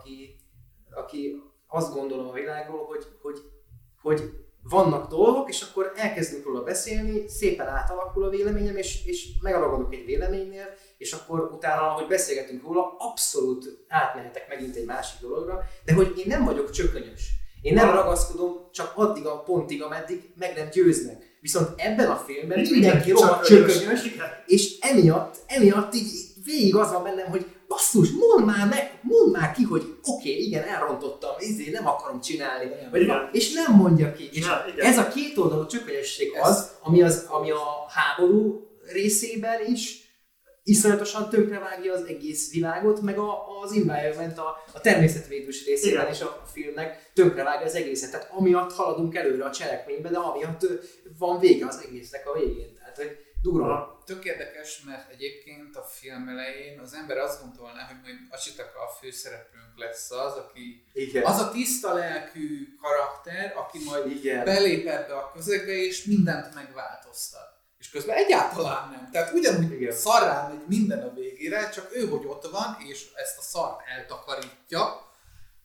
aki azt gondolom a világról, hogy vannak dolgok, és akkor elkezdünk róla beszélni, szépen átalakul a véleményem, és megragadok egy véleménynél, és akkor utána, hogy beszélgetünk róla, abszolút átmehetek megint egy másik dologra, de hogy én nem vagyok csökönyös. Én nem ragaszkodom csak addig a pontig, ameddig meg nem győznek. Viszont ebben a filmben mindenki rohadt csökönyös, és emiatt így végig az van bennem, hogy basszus, mondd már ki, hogy oké, igen, elrontottam, nem akarom csinálni. És nem mondja ki. És ez a kétoldalú csökönyösség az, ami a háború részében is iszonyatosan tönkrevágja az egész világot, meg az environment, a természetvédős részében is a filmnek tönkrevágja az egészet. Tehát amiatt haladunk előre a cselekményben, de amiatt van vége az egésznek a végén. Tehát, hogy durva. Tök érdekes, mert egyébként a film elején az ember azt gondolná, hogy majd Ashitaka a főszereplőnk lesz az a tiszta lelkű karakter, aki majd belép ebbe a közegbe és mindent megváltoztat. És közben egyáltalán nem. Tehát ugyanúgy szarrá megy minden a végére, csak ő, hogy ott van, és ezt a szart eltakarítja,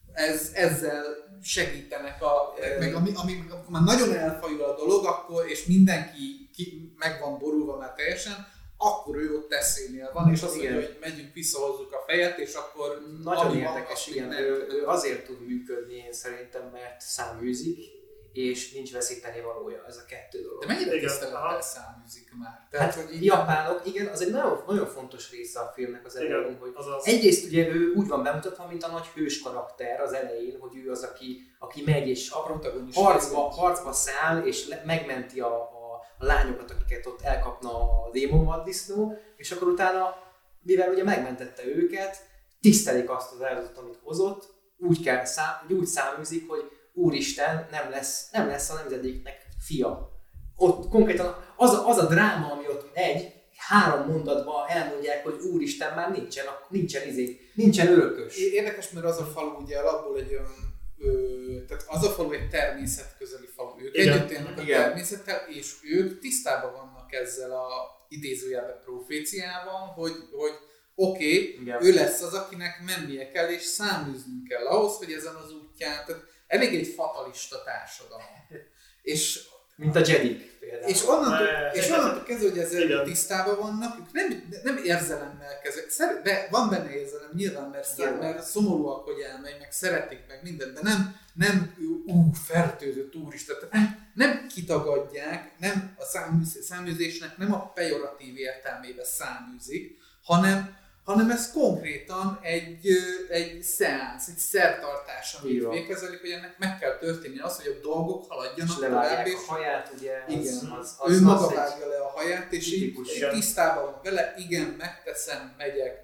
ezzel segítenek meg amikor már nagyon elfajul a dolog, akkor, és mindenki meg van borulva már teljesen, akkor ő ott eszénél van, és azt mondja, hogy megyünk, visszahozzuk a fejet, és akkor... Nagyon érdekes, igen, ő azért tud működni, én szerintem, mert száműzik, és nincs veszíteni valója, ez a kettő dolog. De mennyire tisztelettel száműzik már? Tehát, hogy japánok, igen, az egy nagyon, nagyon fontos része a filmnek az elején, hogy egyrészt ugye ő úgy van bemutatva, mint a nagy hős karakter az elején, hogy ő az, aki megy és harcba száll, és megmenti a lányokat, akiket ott elkapna a démonvaddisznó, és akkor utána, mivel ugye megmentette őket, tisztelik azt az áldozatot, amit hozott, úgy száműzik, hogy Úristen, nem lesz a nemzedéknek fia. Ott konkrétan az a dráma, ami ott megy, 3 mondatban elmondják, hogy Úristen, már nincsen örökös. Érdekes, mert az a falu ugye alapból egy olyan, tehát az a falu egy természetközeli falu. Ők együtt élnek a természettel, és ők tisztában vannak ezzel a idézőjelben proféciával, hogy oké, ő lesz az, akinek mennie kell, és száműznünk kell ahhoz, hogy ezen az útján, tehát elég egy fatalista társadalom. És, mint a Jedik például. És onnantól kezdve, hogy ezzel tisztában vannak, ők nem érzelemmel kezdve, de van benne érzelem nyilván, mert szomorúak, hogy elmegy, meg szeretik, meg mindent, de nem fertőzött úristen, tehát nem kitagadják, nem a száműzésnek nem a pejoratív értelmében száműzik, hanem ez konkrétan egy szeánsz, egy szertartás, amit végezelik, hogy ennek meg kell történni az, hogy a dolgok haladjanak tovább. És a haját, ugye? Igen, ő maga vágja le a haját, és így tisztában van vele, igen, megteszem, megyek.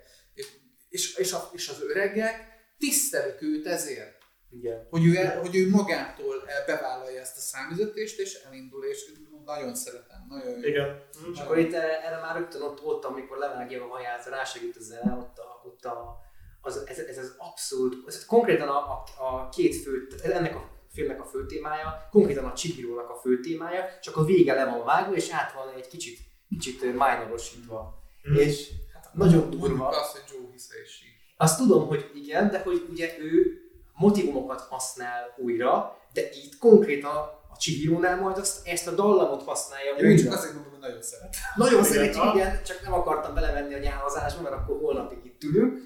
És az öregek tisztelik őt ezért. Igen. Hogy ő magától bevállalja ezt a számüzetést, és elindul, és nagyon szeretem, nagyon jó. Igen. És akkor itt erre már rögtön ott amikor levágja a haját, rásegít a zene, ez az abszolút, ez konkrétan a két fő, ennek a filmnek a fő témája, konkrétan a Chihirónak a fő témája, csak a vége le van vágva, és át van egy kicsit minorosítva. És hát nagyon durva. Az, hogy Joe hisze és sír. Azt tudom, hogy igen, de hogy ugye ő motivumokat használ újra, de itt konkrétan a Chihirónál majd ezt a dallamot használja újra. Én csak azért mondom, hogy nagyon szeret. Nagyon szeretjük, igen, csak nem akartam belevenni a nyálazásba, mert akkor holnapig itt ülünk.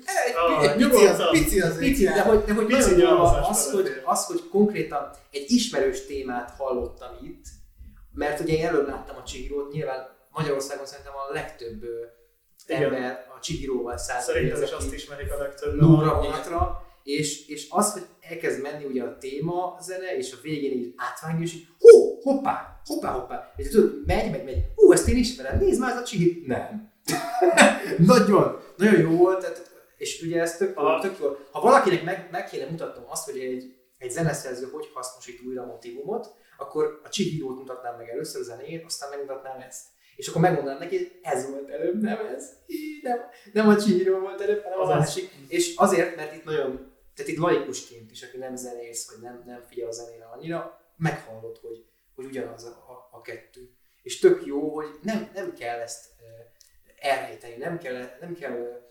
Pici, de hogy nagyon durva az, hogy konkrétan egy ismerős témát hallottam itt, mert ugye én előbb láttam a Chihirót, nyilván Magyarországon szerintem a legtöbb ember a Chihiróval száll. Szerintem is azt ismerik a legtöbb. Nóra vonatra. És az, hogy elkezd menni ugye a téma zene, és a végén így átvágja, és így hoppá, és tudod, megy, ezt én ismerem, nézd már, ez a Chihiro. Nem. nagyon jó volt, tehát, és ugye ez tök jó. Ha valakinek meg kéne mutatnom azt, hogy egy zeneszerző hogy hasznosít újra a motivumot, akkor a Chihirót mutatnám meg először a zenét, aztán megmutatnám ezt. És akkor megmondanám neki, hogy ez volt előbb, nem ez. Nem a Chihiro volt előbb, hanem a másik. És azért, mert itt tehát itt laikusként is, aki nem zenész, vagy nem figyel a zenére annyira, meghallott, hogy ugyanaz a kettő. És tök jó, hogy nem kell ezt elrejteni, nem kell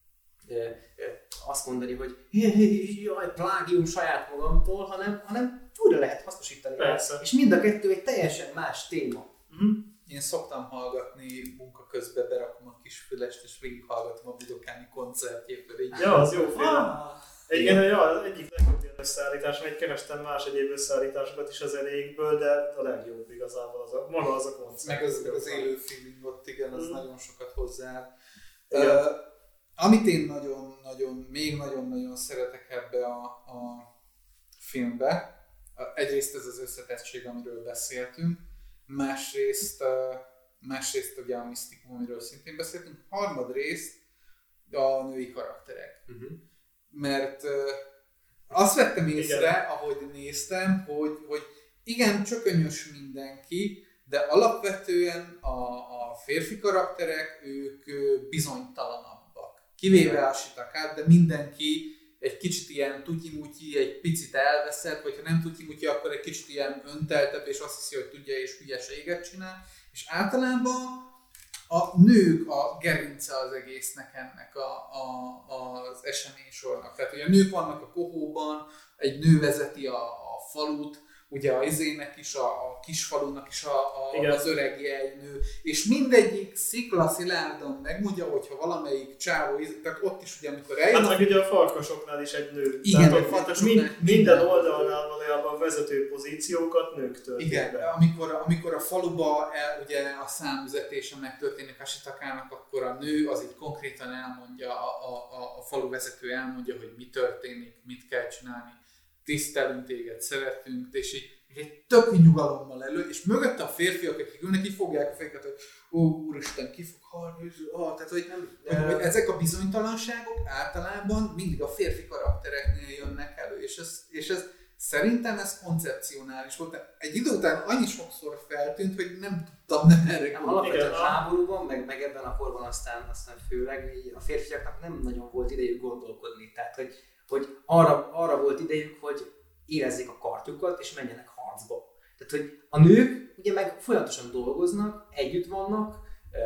azt mondani, hogy jaj, plágium saját magamtól, hanem újra lehet hasznosítani. Persze. És mind a kettő egy teljesen más téma. Én szoktam hallgatni munka közben, berakom a kis fülest, és végighallgatom a Budokáni koncertjéből. Ja, az jó film. Az egyik legjobb összeállítás, mert kerestem más egyéb összeállításokat is a zenékből, de a legjobb igazából az a koncert. Meg az élő feeling ott, igen, az nagyon sokat hozzá. Amit én még nagyon szeretek ebbe a filmbe, egyrészt ez az összetettség, amiről beszéltünk, másrészt ugye a misztikum, amiről szintén beszéltünk, harmadrészt a női karakterek. Mert azt vettem észre, ahogy néztem, hogy igen, csökönyös mindenki, de alapvetően a férfi karakterek, ők bizonytalanabbak. Kivéve Ashitakát, de mindenki egy kicsit ilyen tutyi-mutyi, egy picit elveszett, vagy ha nem tutyi-mutyi, akkor egy kicsit ilyen önteltebb, és azt hiszi, hogy tudja, és hülyeséget csinál. És általában a nők a gerince az egésznek ennek az eseménysornak. Tehát ugye a nők vannak a kohóban, egy nő vezeti a falut, ugye a izének is, a kisfalunak is az öreg nő, és mindegyik sziklaszilárdan megmondja, hogyha valamelyik csávó, tehát ott is ugye, amikor eljön... Hát meg ugye a farkasoknál is egy nő. Igen, tehát a farkasoknál minden oldalnál valójában vezető pozíciókat nők töltik igen, be. amikor a faluba ugye a számüzetése megtörténik Ashitakának, akkor a nő az így konkrétan elmondja, a falu vezető elmondja, hogy mi történik, mit kell csinálni. Tisztelünk téged, szeretünk, és így egy tök nyugalommal elő, és mögötte a férfiak, akik ülnek, így fogják a fejüket, hogy úristen, ki fog halni, tehát hogy ezek a bizonytalanságok általában mindig a férfi karaktereknél jönnek elő, és ez szerintem ez koncepcionális volt. Egy idő után annyi sokszor feltűnt, hogy nem tudtam nem erre alapvetően a háborúban, meg ebben a korban aztán főleg a férfiaknak nem nagyon volt idejük gondolkodni, tehát hogy arra volt idejük, hogy érezzék a kartjukat és menjenek harcba. Tehát, hogy a nők ugye meg folyamatosan dolgoznak, együtt vannak,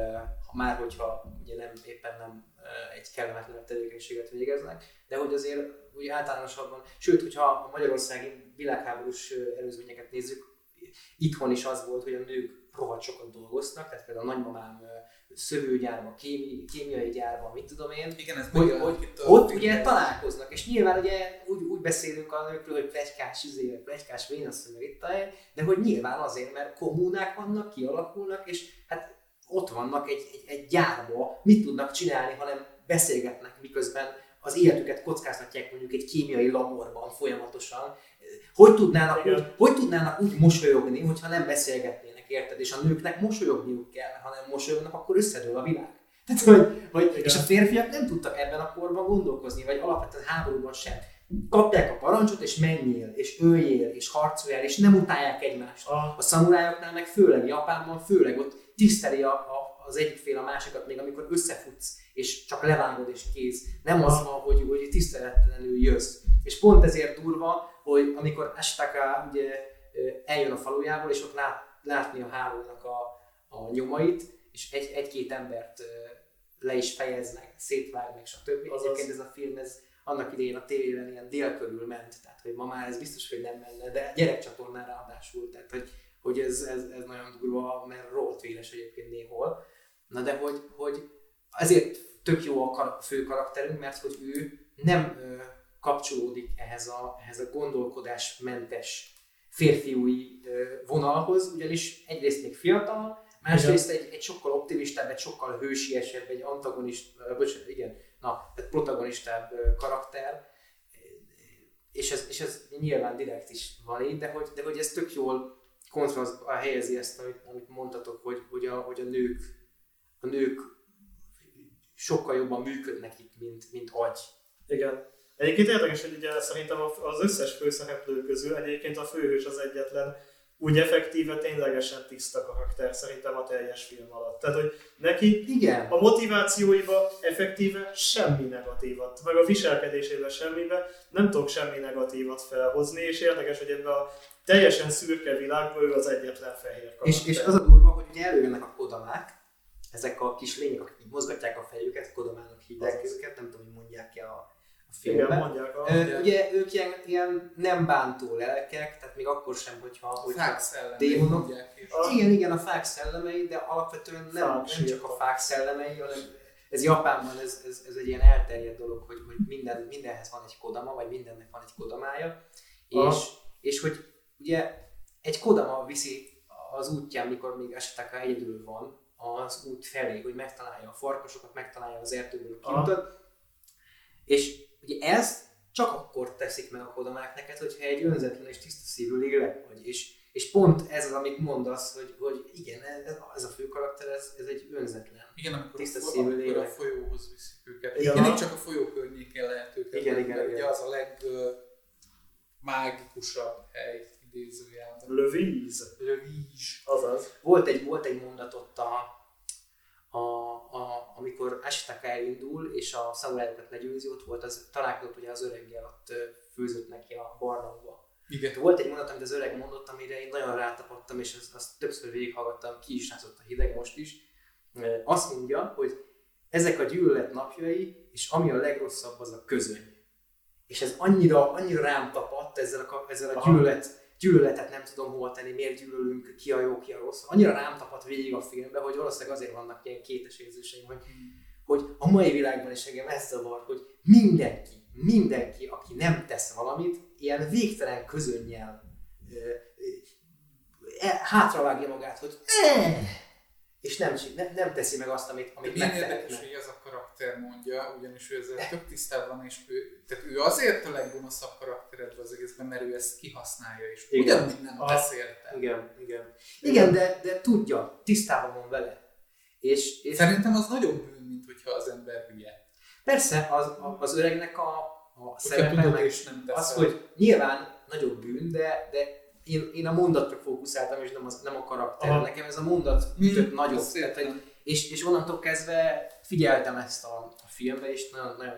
hogyha ugye éppen nem egy kellemetlen tevékenységet végeznek, de hogy azért úgy általánosabban, sőt, hogyha a magyarországi világháborús előzményeket nézzük, itthon is az volt, hogy a nők rohadt sokat dolgoznak, tehát például a nagymamám szövőgyárban, kémiai gyárban, mit tudom én, igen, ez hogy ott ugye találkoznak, és nyilván ugye úgy beszélünk a nőkről, hogy pletykás vénasszony, meg itt de hogy nyilván azért, mert kommunák vannak, kialakulnak, és hát ott vannak egy gyárba, mit tudnak csinálni, hanem beszélgetnek, miközben az életüket kockáztatják mondjuk egy kémiai laborban folyamatosan. Hogy tudnának úgy mosolyogni, hogyha nem beszélgetnének, érted? És a nőknek mosolyogniuk kell, ha nem mosolyognak, akkor összedől a világ. Tehát, és a férfiak nem tudtak ebben a korban gondolkozni, vagy alapvetően háborúban sem. Kapják a parancsot, és menjél, és öljél, és harcoljál, és nem utálják egymást. A szamurájoknál meg főleg Japánban, főleg ott tiszteli az egyik fél a másikat, még amikor összefutsz, és csak levágod és kész. Nem az van, hogy tiszteletlenül jössz. És pont ezért durva, hogy amikor Ashitaka ugye eljön a falujából, és ott látni a háborúnak a nyomait, és egy-két embert le is fejeznek, szétvágnak, stb. Egyébként ez a film, annak idején a tévében ilyen dél körül ment, tehát hogy ma már ez biztos, hogy nem menne, de gyerekcsatornán ráadásul, tehát hogy ez nagyon durva, mert rohadt véres egyébként néhol. Na de hogy azért tök jó a fő karakterünk, mert hogy ő nem kapcsolódik ehhez a gondolkodásmentes férfiúi vonalhoz, vonalhoz, egyrészt még fiatal, másrészt egy sokkal optimistább, egy sokkal hősiesebb, egy protagonistább karakter, és ez nyilván direkt is van így, de hogy ez tök jól kontrasztba helyezi ezt, amit mondtatok, hogy a nők sokkal jobban működnek itt, mint agy. Igen. Egyébként érdekes, hogy ugye szerintem az összes főszereplő közül egyébként a főhős az egyetlen úgy effektíve, ténylegesen tiszta karakter szerintem a teljes film alatt. Tehát, hogy neki igen. A motivációiba effektíve semmi negatívat, meg a viselkedésébe semmibe nem tudok semmi negatívat felhozni, és érdekes, hogy ebben a teljesen szürke világban ő az egyetlen fehér karakter. És az a durva, hogy ugye előjönnek a kodamák, ezek a kis lények, akik mozgatják a fejüket, kodamának hívják őket, nem tudom, hogy mondják ki a filmben. Igen, mondják. Ugye ők ilyen nem bántó lelkek, tehát még akkor sem, hogyha démonok. Igen, a fák szellemei, de alapvetően nem csak a fák szellemei, hanem ez Japánban ez egy ilyen elterjedt dolog, hogy mindenhez van egy kodama, vagy mindennek van egy kodamája, és hogy ugye egy kodama viszi az útján, mikor még Ashitaka egyedül van, az út felé, hogy megtalálja a farkasokat, megtalálja az erdőből a kiutat, és ugye ez csak akkor teszik meg a kodamák neked, hogyha egy önzetlen és tiszta szívű lélek vagy. És pont ez az, amit mondasz, hogy igen, ez a fő karakter, ez egy önzetlen, tiszta szívű lélek. Igen, a folyóhoz viszik őket. Igen, csak a folyó környékén lehet őket. Igen. Ugye az a legmágikusabb hely, idézőjelben. Le Vise. Azaz. Volt egy mondat ott amikor Ashitaka elindul, és a szamurájokat legyőzi, ott volt találkozott ugye az öreggel, ott főzött neki a barlangba. Igen. Volt egy mondat, amit az öreg mondott, amire én nagyon rátapadtam, és azt többször végighallgattam, ki is rázott a hideg most is, azt mondja, hogy ezek a gyűlölet napjai, és ami a legrosszabb, az a közöny. És ez annyira rám tapadt ezzel a gyűlöletet nem tudom hova tenni, miért gyűlölünk, ki a jó, ki a rossz. Annyira rám tapadt végig a filmben, hogy valószínűleg azért vannak ilyen kétes érzéseim, hogy a mai világban is engem ez zavar, hogy mindenki, aki nem tesz valamit, ilyen végtelen közönnyel hátravágja magát, hogy és nem teszi meg azt, amit milyen érdekes, hogy ez a karakter mondja, ugyanis ő ezzel tök tisztában, és ő azért a leggonoszabb karakteredben az egészben, mert ő ezt kihasználja, és ugyanúgy nem beszélte. Igen, de tudja, tisztában van vele. És szerintem az nagyobb bűn, mint hogyha az ember hülye. Persze, az öregnek a szerepe az, hogy nyilván nagyobb bűn, de én a mondatra fókuszáltam, és nem a karakterre. Nekem ez a mondat ütött nagyobb. Tehát, és onnantól kezdve figyeltem ezt a filmbe, és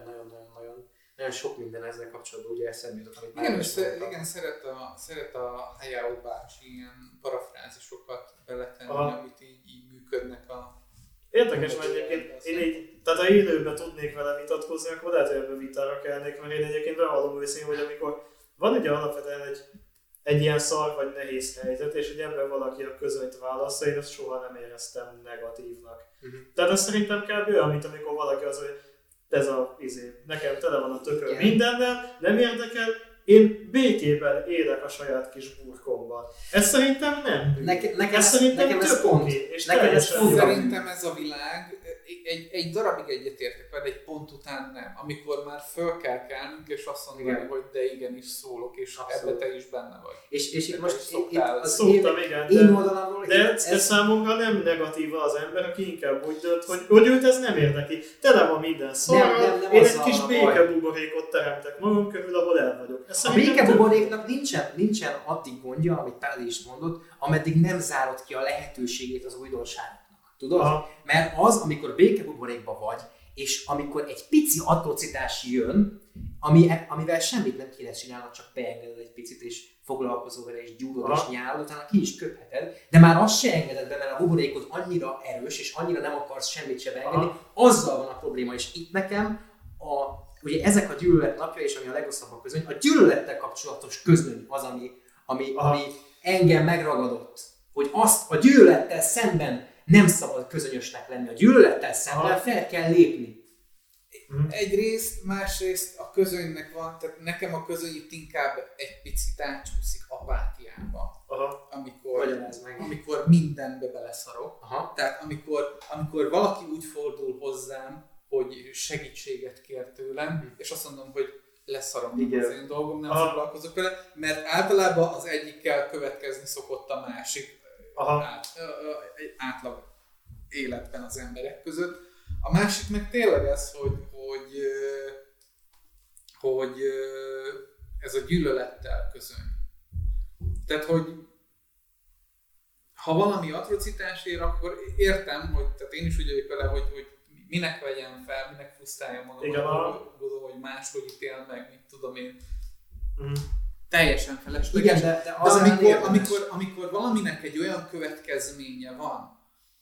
nagyon sok minden ezzel kapcsolatban ugye eszembe jutott, amit már igen, szeret a Hayao bácsi ilyen parafrázisokat beletenni, amit így működnek a... Érdekes, mert egyébként tehát ha élőben tudnék vele vitatkozni, akkor lehet, hogy ebben vitára kelnék, mert én egyébként bevallom őszintén, hogy amikor van ugye alapvetően egy ilyen szar vagy nehéz helyzet, és hogy ebben valaki a közönyt válaszol, én ezt soha nem éreztem negatívnak. Tehát ez szerintem kb. Olyan, mint amikor valaki az, hogy ez nekem tele van a tököm mindennel, nem érdekel, én békében élek a saját kis burkomban. Ez szerintem nem bűn. Nekem ez pont. Szerintem ez a világ, egy darabig egyetértek vele, egy pont után nem. Amikor már föl kell kelnünk, és azt mondani, hogy de igenis szólok, és ebbe te is benne vagy. És itt most szoktam, igen, de számomra nem negatív az ember, aki inkább úgy dönt, hogy őt ez nem érdekli. Tele van minden szarral, én egy kis békebuborékot teremtek magam körül, ahol el vagyok. A békebuboréknak nincsen addig gondja, amit Pádi is mondott, ameddig nem zárod ki a lehetőségét az újdonságoknak. Tudod? Aha. Mert az, amikor békebuborékban vagy, és amikor egy pici atrocitás jön, amivel semmit nem kéne csinálnod, csak beengeded egy picit, és foglalkozol vele, és gyúrod, és nyálod, utána ki is köpheted, de már azt se engeded be, mert a buborékod annyira erős, és annyira nem akarsz semmit se beengedni, azzal van a probléma, és itt nekem ugye ezek a gyűlölet napja, és ami a legrosszabb a közöny, a gyűlölettel kapcsolatos közöny az, ami engem megragadott. Hogy azt a gyűlölettel szemben nem szabad közönyösnek lenni. A gyűlölettel szemben fel kell lépni. Egyrészt, másrészt a közönynek van, tehát nekem a közöny itt inkább egy picit átcsúszik apátiába. Amikor mindenbe beleszarok. Tehát amikor valaki úgy fordul hozzám, hogy segítséget kér tőlem, és azt mondom, hogy leszarom az én dolgom, nem foglalkozok vele, mert általában az egyikkel következni szokott a másik átlag életben az emberek között. A másik meg tényleg ez, hogy ez a gyűlölettel közöny. Tehát, hogy ha valami atrocitás ér, akkor értem, hogy tehát én is úgy vagyok vele, hogy minek vegyem fel, minek frusztálja magam, hogy máshogy ítél meg, mit tudom én. Teljesen felesleges. Igen, de amikor valaminek egy olyan következménye van,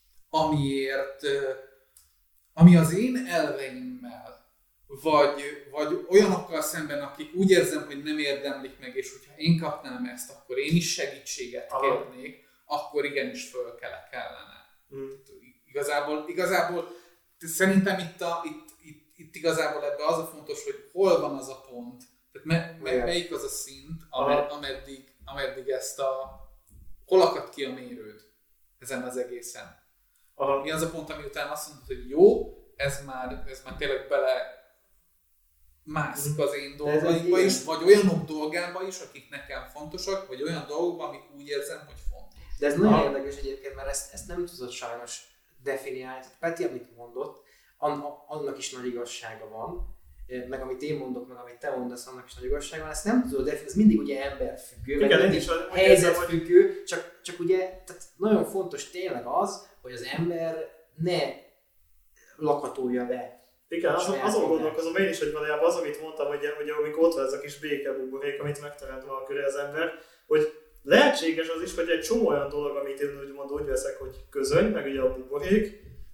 ami az én elveimmel, vagy olyanokkal szemben, akik úgy érzem, hogy nem érdemlik meg, és hogyha én kapnám ezt, akkor én is segítséget kérnék, akkor igenis fölkelek ellene. Igazából szerintem itt igazából ebben az a fontos, hogy hol van az a pont, tehát melyik az a szint, ameddig ezt hol akad ki a mérőd ezen az egészen. Mi az a pont, ami után azt mondod, hogy jó, ez már tényleg bele mászik az én dolgaimba is, vagy olyanok dolgába is, akik nekem fontosak, vagy olyan dolgokban, amik úgy érzem, hogy fontos. De ez nagyon érdekes egyébként, mert ezt nem tudod sajnos definiálni. Tehát Peti, amit mondott, annak is nagy igazsága van, meg amit én mondok, meg amit te mondasz, annak is nagy igazsága van, ezt nem tudod definiálni, ez mindig ugye emberfüggő, meg mindig helyzetfüggő, csak ugye tehát nagyon fontos tényleg az, hogy az ember ne lakatolja le. Igen, azon gondolkozom én is, hogy valójában az, amit mondtam, hogy amikor ott van ez a kis békebuborék, amit megteremt van körül az ember, hogy lehetséges az is, hogy egy csomó olyan dolog, amit én úgy veszek, hogy közöny, meg ugye a buborék,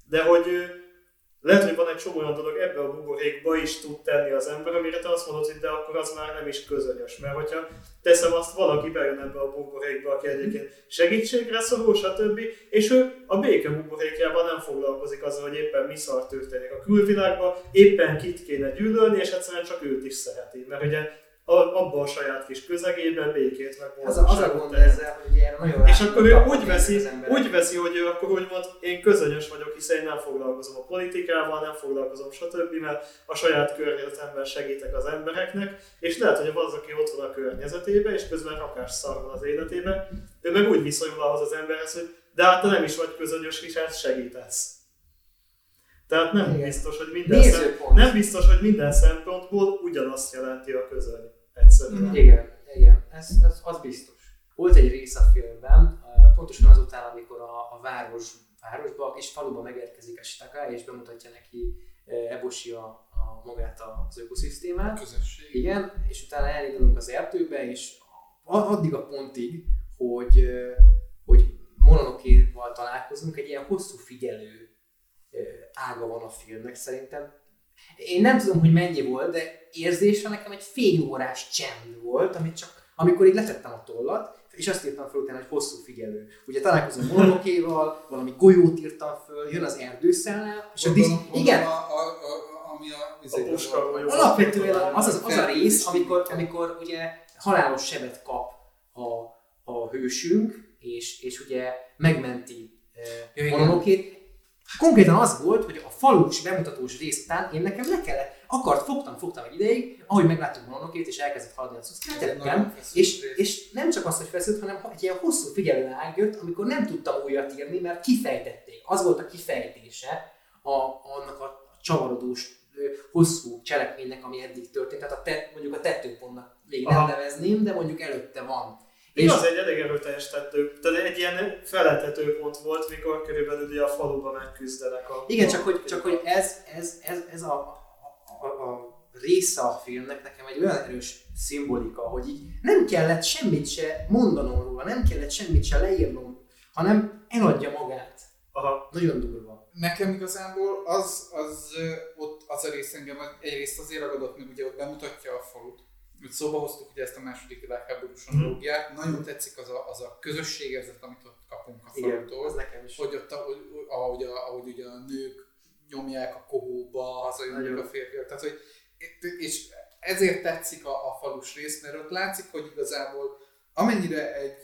de hogy lehet, hogy van egy csomó olyan dolog ebbe a buborékba is tud tenni az ember, amire te azt mondod, hogy de akkor az már nem is közönyös. Mert hogyha teszem azt, valaki bejön ebbe a buborékba, aki egyébként segítségre szorul, stb. És ő a béke buborékjában nem foglalkozik azzal, hogy éppen mi szar történik a külvilágban, éppen kit kéne gyűlölni, és egyszerűen csak őt is szereti. Mert ugye abban a saját kis közegében békét meg az a gond ezzel, hogy erre nagyon és akkor ő úgy veszi, hogy ő akkor úgymond én közönyös vagyok, hiszen én nem foglalkozom a politikával, nem foglalkozom stb. Mert a saját környezetemben segítek az embereknek, és lehet, hogy az, aki ott van a környezetében, és közben rakás szar van az életében, ő meg úgy viszonyul ahhoz az emberhez, hogy de hát te nem is vagy közönyös, és hát segítesz. Tehát nem biztos, hogy minden szempontból ugyanazt jelenti a közöny. Egyszerűen. Igen. Ez az biztos. Volt egy rész a filmben, pontosan azután, amikor a városba, és faluba megérkezik a Shitaka, és bemutatja neki Eboshi magát az ökoszisztémát. Közösség. Igen, és utána elindulunk az erdőbe, és addig a pontig, hogy Mononoke-val találkozunk, egy ilyen hosszú figyelő ága van a filmnek szerintem. Én nem tudom, hogy mennyi volt, de érzésre nekem egy fél órás csend volt, amikor így letettem a tollat, és azt írtam fel utána, hogy hosszú figyelő. Ugye találkozom Mononoke-val, valami golyót írtam föl, jön az erdőszellel, és igen. Ami alapvetően az a rész, amikor ugye halálos sebet kap a hősünk, és ugye megmenti Mononoke-t. Konkrétan az volt, hogy a falus bemutatós rész után én nekem fogtam egy ideig, ahogy megláttuk Mononoke-t és elkezdett haladni a szuszkátettem, és nem csak az, hogy feszült, hanem egy ilyen hosszú figyelőág jött, amikor nem tudtam újat írni, mert kifejtették. Az volt a kifejtése annak a csavarodós, hosszú cselekménynek, ami eddig történt. Tehát mondjuk a tetőpontnak még nem nevezném, de mondjuk előtte van. És az egy elég erőteljes tető, tehát egy ilyen feletetőpont volt, mikor körülbelül ugye a faluban megküzdenek. Igen, csak hogy ez a része a filmnek nekem egy olyan erős szimbolika, hogy így nem kellett semmit se mondanom róla, nem kellett semmit se leírnom, hanem eladja magát. Aha. Nagyon durva. Nekem igazából ott az a rész engem egyrészt azért ragadott, meg ugye ott bemutatja a falut. Úgy szóba hoztuk ugye ezt a második világháborús analógiát. Nagyon tetszik az a közösségérzet, amit ott kapunk a falutól. Az nekem is. Hogy ott, ahogy ugye a nők nyomják a kohóba, hazajönnek a férfiak. Tehát, hogy, és ezért tetszik a falus rész, mert ott látszik, hogy igazából amennyire egy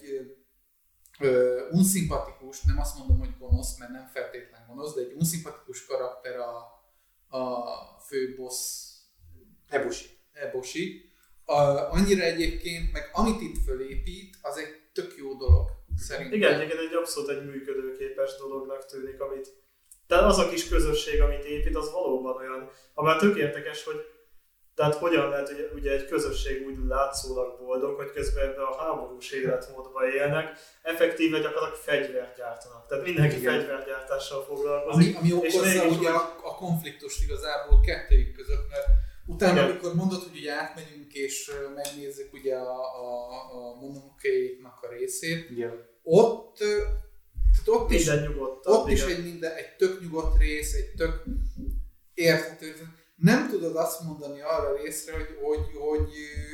unszimpatikus, nem azt mondom, hogy gonosz, mert nem feltétlen gonosz, de egy unszimpatikus karakter a fő boss Eboshi. Annyira egyébként, meg amit itt fölépít, az egy tök jó dolog, szerintem. Igen, egyébként egy abszolút egy működőképes dolognak tűnik, tehát az a kis közösség, amit épít, az valóban olyan, amár tök érdekes, hogy tehát hogyan lehet, hogy ugye egy közösség úgy látszólag boldog, hogy közben ebben a háborús életmódban élnek, effektíve gyakorlatilag fegyvert gyártanak. Tehát mindenki fegyvergyártással foglalkozik. Ami okozza ugye a konfliktust igazából kettőjük között, mert utána, amikor mondod, hogy ugye átmegyünk és megnézzük ugye a Mononoke-nak a részét, ott is egy tök nyugodt rész, egy tök érthető. Nem tudod azt mondani arra a részre, hogy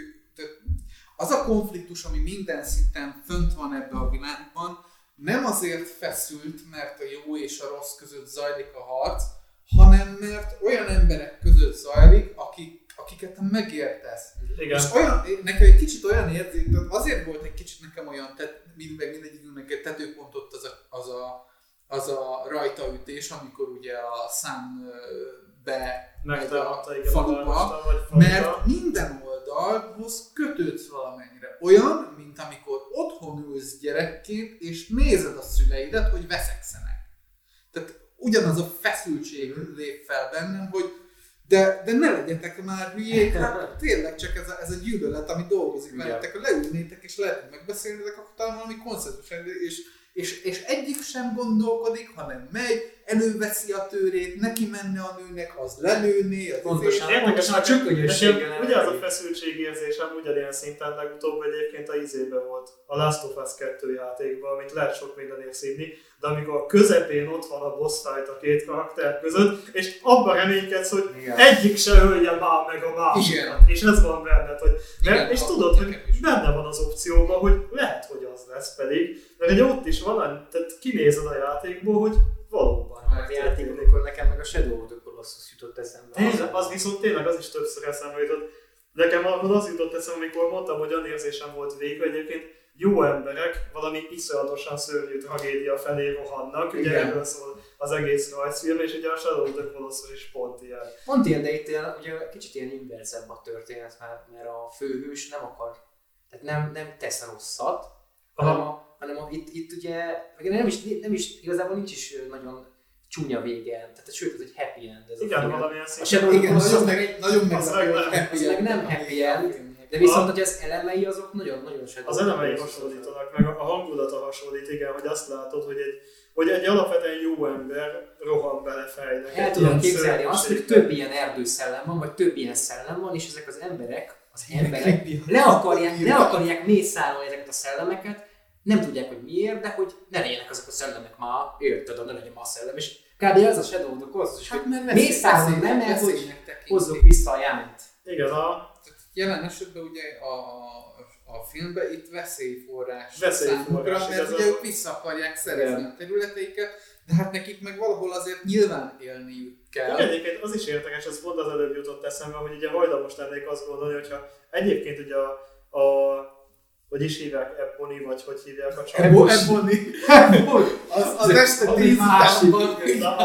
az a konfliktus, ami minden szinten fönt van ebbe a világban, nem azért feszült, mert a jó és a rossz között zajlik a harc, hanem mert olyan emberek között zajlik, akiket te megértesz. Igen. És nekem egy kicsit olyan érzés, azért volt egy kicsit nekem olyan, mindegyikünknek egy tetőpontot az a rajtaütés, amikor ugye a Sun megy a faluba, mert minden oldalhoz kötődsz valamennyire. Olyan, mint amikor otthon ülsz gyerekként, és nézed a szüleidet, hogy veszekszenek. Tehát ugyanaz a feszültség lép fel bennem, hogy de ne legyetek már hülyék, hát tényleg csak ez a gyűlölet, ami dolgozik veletek, ha leülnétek és lehetne megbeszélni, akkor talán valami konszenzus, és egyik sem gondolkodik, hanem megy, előveszi a tőrét, neki menne a nőnek, az lelőné, az pontosan, érdekes, a csökkönjösséggel. Ugye az a feszültségérzésem ugyanilyen szinten legutóbb egyébként a izében volt, a Last of Us 2 játékban, amit lehet sok mindenért szívni, de amikor a közepén ott van a boss fight a két karakter között, és abban reménykedsz, hogy egyik se ölje már meg a másikat, és ez van benned, hogy és tudod, hogy benne van az opcióban, hogy lehet, hogy az lesz pedig, mert ugye ott is van, tehát kinézed a játékból, hogy valóban. A játékokon nekem meg a Shadow of the Colossus jutott eszembe. Az viszont tényleg az is többször eszembe jutott. Nekem az jutott eszembe, amikor mondtam, hogy olyan érzésem volt végül, egyébként jó emberek valami iszonyatosan szörnyű tragédia felé rohannak. Ugye erről szól az egész rajzfilm, és ugye a Shadow of the Colossus is pont ilyen. Pont ilyen, de itt ugye kicsit ilyen inverzebb a történet, mert a főhős nem akar, tehát nem tesz rosszat, hanem itt ugye, nem is, igazából nincs is nagyon csúnya vége, tehát sőt, ez egy happy end. Ez igen, valamilyen szépen. Igen, nagyon meg nem happy end, de viszont, hogy az elemei azok nagyon az elemei hasonlítanak, meg a hangulata hasonlít, igen, hogy azt látod, hogy egy alapvetően jó ember rohan bele fejnek. El tudom képzelni azt, hogy több ilyen erdőszellem van, vagy több ilyen szellem van, és ezek az emberek le akarják mészárolni ezeket a szellemeket, nem tudják, hogy miért, de hogy ne legyenek azok a szellemek már, érted, ne legyen már szellem, és kb. Ez a Shadow of the Colossus, hogy mészárolni nem el, hogy hozzuk vissza a jányt. Igen, jelen esetben ugye a filmben itt veszélyforrás számukra, mert ugye ők vissza akarják szerezni a területeiket, de hát nekik meg valahol azért nyilván élniük kell. Igen, egyébként az is érdekes, ez pont az előbb jutott eszembe, hogy ugye hajlamos lennék azt gondolni, hogyha egyébként ugye hogy is hívják, Ebony, vagy hogy hívják a csapat? Ebony. Az este 10 utánban.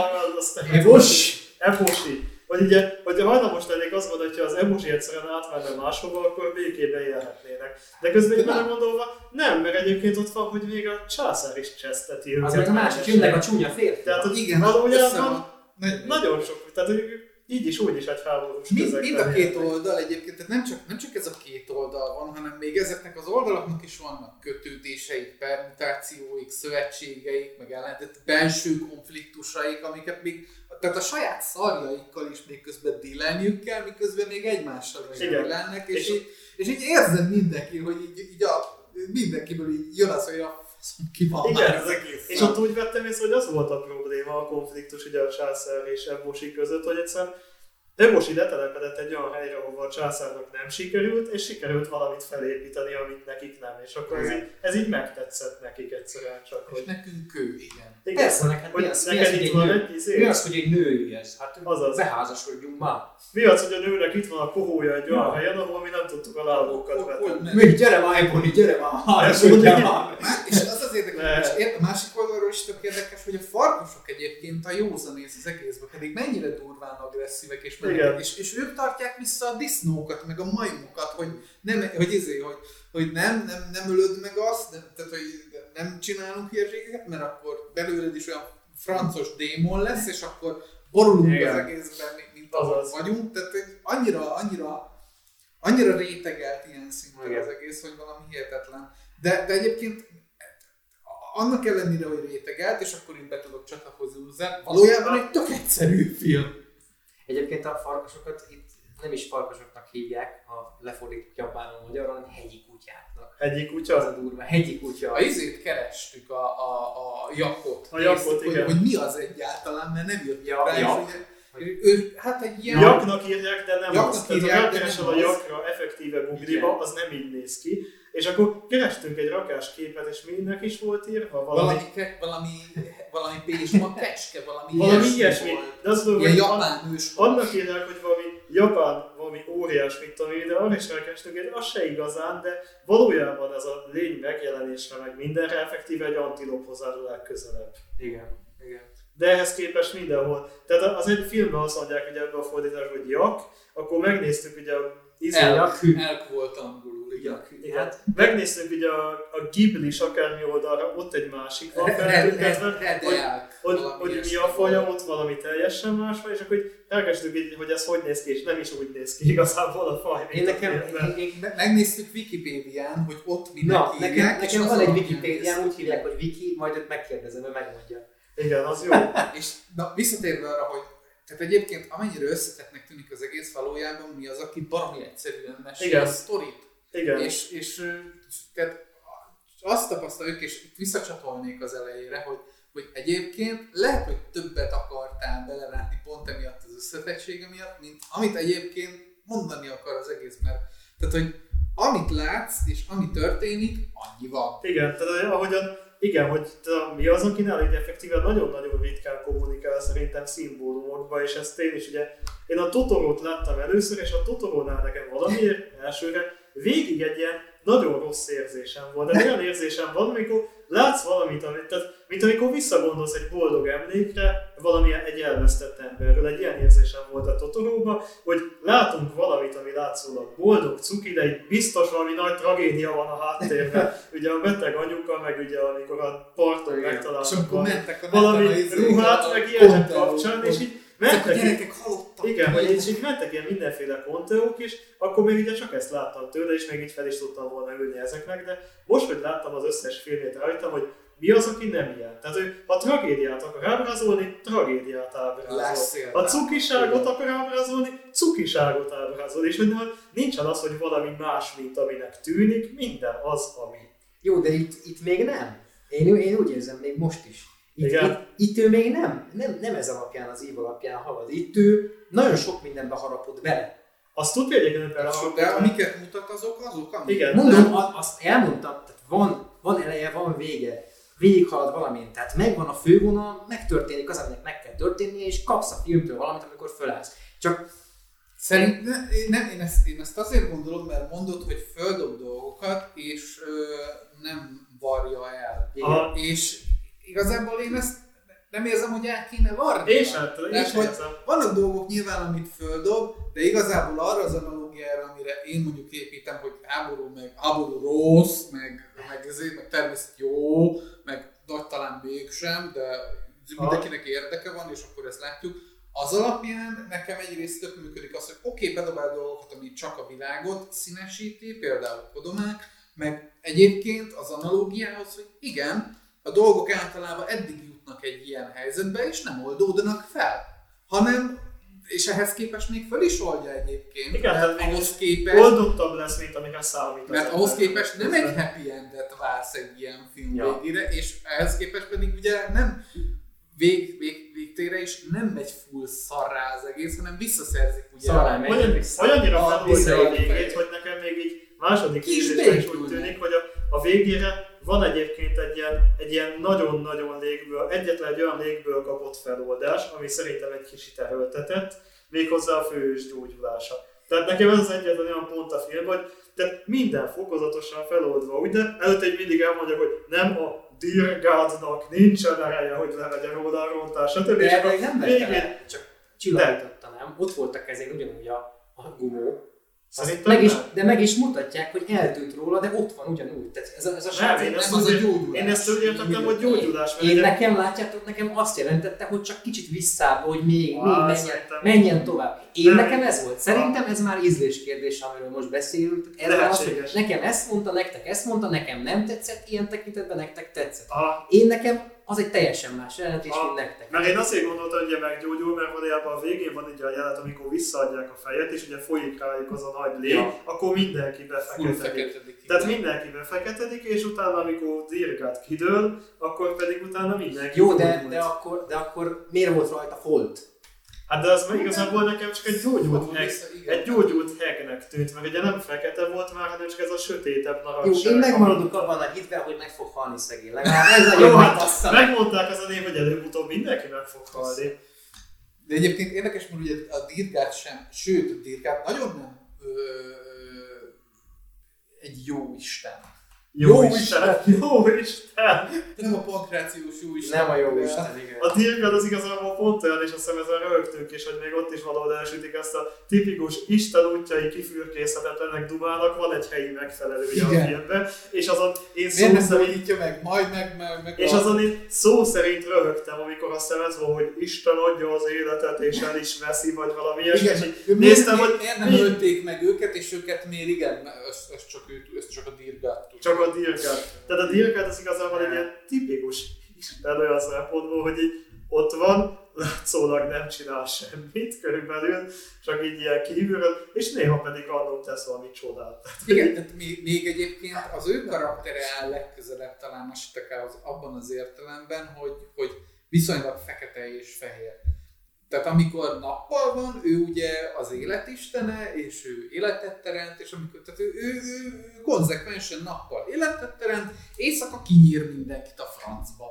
Ebosi. Hogy hajlamos lennék azt gondolni, hogy ha az Ebosi egyszerűen átmenne máshova, akkor békében élhetnének. De közben így belegondolva, nem, mert egyébként ott van, hogy még a császár is cseszteti őket. Az meg a másik, jönnek a csúnya férfi. Tehát, hogy igen, valójában nagyon sok, tehát hogy így is, úgy is egy háborús közegben. Mind a két oldal egyébként, tehát nem csak ez a két oldal van, hanem még ezeknek az oldalaknak is vannak kötődéseik, permutációik, szövetségeik, meg ellentett belső konfliktusaik, amiket még, tehát a saját szarjaikkal is még közben dílelniük kell, miközben még egymással is dílelnek, és így érzed mindenki, hogy így mindenkiből így jön az, hogy ki van már az egész. És ott úgy vettem észre, hogy az volt a probléma, a konfliktus ugye a császár és Ebosi között, hogy egyszerűen Ebosi letelepedett egy olyan helyre, ahol a császárnak nem sikerült, és sikerült valamit felépíteni, amit nekik nem. És akkor ez így megtetszett nekik egyszerűen csak. És nekünk ő, igen. Persze, neked itt van egy izé. Mi az, hogy egy női ez? Hát beházasodjunk már. Mi az, hogy a nőnek itt van a kohója egy olyan helyen, ahol mi nem tudtuk a lábókat vetni. Még gyere már, Ebony, gyere már, házasodjál már. És az az érdekes, és a másik oldalról is tök érdekes, hogy a farkasok egyébként a józanész az egészben, pedig mennyire durván agresszívek és mennek, és ők tartják vissza a disznókat, meg a majmokat, hogy nem ölöd meg azt, tehát hogy nem csinálunk hülyeségeket, mert akkor belőled is olyan francos démon lesz, és akkor borulunk az egészben, mint ahol vagyunk, tehát annyira rétegelt ilyen szinten az egész, hogy valami hihetetlen. De egyébként annak ellenére, hogy rétegelt, és akkor itt be tudok csatlakozni hozzá, valójában egy tök egyszerű film. Egyébként a farkasokat itt nem is farkasoknak hívják, ha lefordítjuk japánul magyarul, hanem hegyi kutyáknak. Hegyi kutya? Az a durva, hegyi kutya. A izét kerestük, a jakot. A jakot, igen. Hogy mi az egyáltalán, mert nem jött rá. Hát egy ilyen... Jaknak írják, de nem az. Tehát a jakra effektíve bugriba, az nem így néz ki. És akkor kerestünk egy rakásképet, és mindnek is volt írva valami pézsma kecske, valami ilyesmi. De az ilyen japán ős. Annak írják, hogy valami japán, valami óriás, mit tudom én, de arra is elkerestünk, hogy az se igazán, de valójában ez a lény megjelenésre, meg mindenre effektíve egy antilophoz áll a legközelebb. Igen. de ehhez képest mindenhol. Tehát az egy filmben azt mondják, hogy ebben a fordításban, hogy jak, akkor megnéztük ugye Elk volt angolul, igen. Megnéztük ugye a Ghibli-s akármi oldalra, ott egy másik van feltüntetve, hogy mi a faja, ott valami teljesen más van, és akkor elkezdtük így, hogy ez hogy néz ki, és nem is úgy néz ki igazából a faj. Megnéztük Wikipédián, hogy ott minek hívják. Nekem van egy Wikipédián, úgy hívják, hogy Wiki, majd őt megkérdezem, ő megmondja. Igen, az jó. És visszatérve arra, hogy tehát egyébként amennyire összetettnek tűnik az egész, valójában mi az, aki baromi egyszerűen mesél a sztorit. Igen. És tehát azt tapasztaljuk, és itt visszacsatolnék az elejére, hogy egyébként lehet, hogy többet akartál belerátni pont emiatt az összetettsége miatt, mint amit egyébként mondani akar az egész, mert tehát, hogy amit látsz és ami történik, annyi van. Igen, tehát ahogyan igen, hogy mi az, akinál egy effektíven nagyon-nagyon ritkán kommunikál szerintem szimbólumokba, és ezt én is ugye, én a Totorót láttam először, és a Totorónál nekem valamiért elsőre végig egy ilyen nagyon rossz érzésem volt. De olyan érzésem van, amikor látsz valamit, tehát, mint amikor visszagondolsz egy boldog emlékre, valamilyen egy elvesztett emberről. Egy ilyen érzésem volt a Totoróban, hogy látunk valamit, ami látszólag boldog, cuki, de itt biztos valami nagy tragédia van a háttérben. Ugye a beteg anyuka, meg ugye amikor a parton megtaláltak valami ruhát, meg ilyenek kapcsán, és így mentek, gyerekek halottak. Igen, hogy így mentek ilyen mindenféle konteók is, akkor még ugye csak ezt láttam tőle, és még így fel is tudtam volna ülni ezeknek, de most, hogy láttam az összes filmét rajtam, hogy mi az, aki nem ilyen. Tehát ő ha tragédiát akar ábrázolni, tragédiát ábrázol. Ha cukiságot akar ábrázolni, cukiságot ábrázol. És hogy nincsen az, hogy valami más, mint aminek tűnik, minden az, ami. Jó, de itt még nem. Én úgy érzem, még most is. Itt ő még nem ez alapján, az ív alapján halad. Itt ő nagyon sok mindenbe harapott bele. Azt tudja egyébként beleharapott. De amiket mutat azok, amik. Igen. Mondom, azt elmondtam, tehát van eleje, van vége. Végighalad valamint, tehát megvan a fővonal, megtörténik az, aminek meg kell történnie, és kapsz a filmtől valamit, amikor fölállsz. Csak szerintem én ezt azért gondolom, mert mondod, hogy földob dolgokat, és nem varja el. És igazából én ezt nem érzem, hogy el kéne varni. Én sem érzem. Vannak dolgok nyilván, amit földob, de igazából arra az analógiára, amire én mondjuk építem, hogy háború rossz, meg természet jó, meg nagy talán mégsem, de mindenkinek érdeke van, és akkor ezt látjuk. Az alapján nekem egyrészt tök működik az, hogy oké, bedobál dolgokat, ami csak a világot színesíti, például Kodomák, meg egyébként az analógiához, hogy igen, a dolgok általában eddig jutnak egy ilyen helyzetbe, és nem oldódnak fel, hanem, és ehhez képest még föl is oldja egyébként, igen, mert ahhoz képest oldottabb lesz, mint amire számít. Mert ahhoz képest nem egy happy endet vársz egy ilyen film végére, és ehhez képest pedig ugye nem végtére is nem megy full szarrá az egész, hanem visszaszerzik ugye. Olyannyira feloldja a végét, hogy nekem még így második ízlésben is úgy tűnik, hogy a végére van egyébként egy ilyen nagyon-nagyon légből, egyetlen egy olyan légből kapott feloldás, ami szerintem egy kicsit erőltetett, méghozzá a főhős gyógyulása. Tehát nekem ez az egyetlen olyan pont a film, hogy tehát minden fokozatosan feloldva úgy, de előtte egy mindig elmondják, hogy nem a Dirgádnak nincsen ereje, hogy levegye róla a rontás, stb. De nem vette le, csak csillagította, nem? Ott volt a kezén ugyanúgy a gumó. Meg is mutatják, hogy eltűnt róla, de ott van ugyanúgy. Tehát ez a srác nem az a gyógyulás. Én ezt úgy értettem, hogy gyógyulás. Nekem látjátok, nekem azt jelentette, hogy csak kicsit visszább, hogy még menjen tovább. Nekem ez volt. Szerintem ez már ízlés kérdés, amiről most beszélünk. Nekem ezt mondta, nektek ezt mondta, nekem nem tetszett, ilyen tekintetben nektek tetszett. Nekem az egy teljesen más jelentés, mint nektek. Mert én azért gondoltam, hogy ugye meggyógyul, mert valójában a végén van egy olyan jelenet, amikor visszaadják a fejet, és ugye folyik rájuk az a nagy lég, akkor mindenki befeketedik. Tehát mindenki befeketedik, és utána, amikor Dirgát kidől, akkor pedig utána mindenki. Jó, de akkor miért volt rajta folt? Hát de az igazából nekem csak egy gyógyult hegnek tűnt, mert ugye nem fekete volt már, hanem csak ez a sötétebb narancs. Jó, én megmaradok abban a hitben, hogy meg fog halni szegény. Legalább ez a jó hát megmondták az a név, hogy előbb-utóbb mindenki meg fog halni. De egyébként érdekes, mert ugye a Dirgát sem, sőt a Dirgát nagyon nem egy jó isten. Jó Isten! Nem a pankrációs jóisten. Nem a jóisten, igen. A Dirgad az igazából pont olyan, és azt hiszem ezen rögtünk is, hogy még ott is valahol elsütik ezt a tipikus Isten útjai kifürkészhetetlenek dumának, van egy helyi megfelelője a filmben, és azon én szó szerint meg, majd meg és azon én szó szerint röhögtem, amikor azt hiszem ez van, hogy Isten adja az életet, és el is veszi, vagy valami ilyesmi. Néztem, hogy miért nem ölték meg őket, és őket miért igen, ez csak a Dirgad. Csak a Dirgad. Tehát a Dirgad az igazából egy ilyen tipikus Isten olyan szempontból, hogy így ott van, látszólag nem csinál semmit körülbelül, csak így ilyen kívülről, és néha pedig annól tesz valami csodát. Igen, tehát még egyébként az ő karaktere áll legközelebb talán a Sitakához abban az értelemben, hogy viszonylag fekete és fehér. Tehát amikor nappal van, ő ugye az életistene, és ő életet teremt, és amikor, tehát ő konzekvensen nappal életet teremt, éjszaka kinyír mindenkit a francba.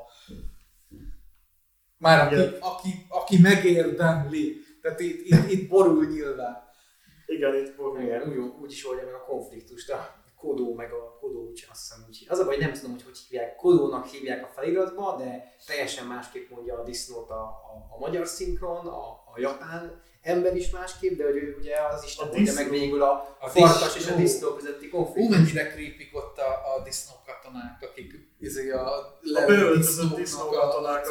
Már aki megérdemli. Tehát itt borul nyilván. Igen, itt borul. Igen, úgy is oldja meg a konfliktust, a Kodó meg a Kodó, úgy azt hiszem úgy. Az a baj, nem tudom, hogy hívják, Kodónak hívják a feliratba, de teljesen másképp mondja a disznót a magyar szinkron, a japán ember is másképp, de hogy ő ugye az Isten mondja meg végül a farkas és a disznó közötti konfliktus. Mennyire creepik ott a disznó katonák, akik a beöltözött disznó katonák,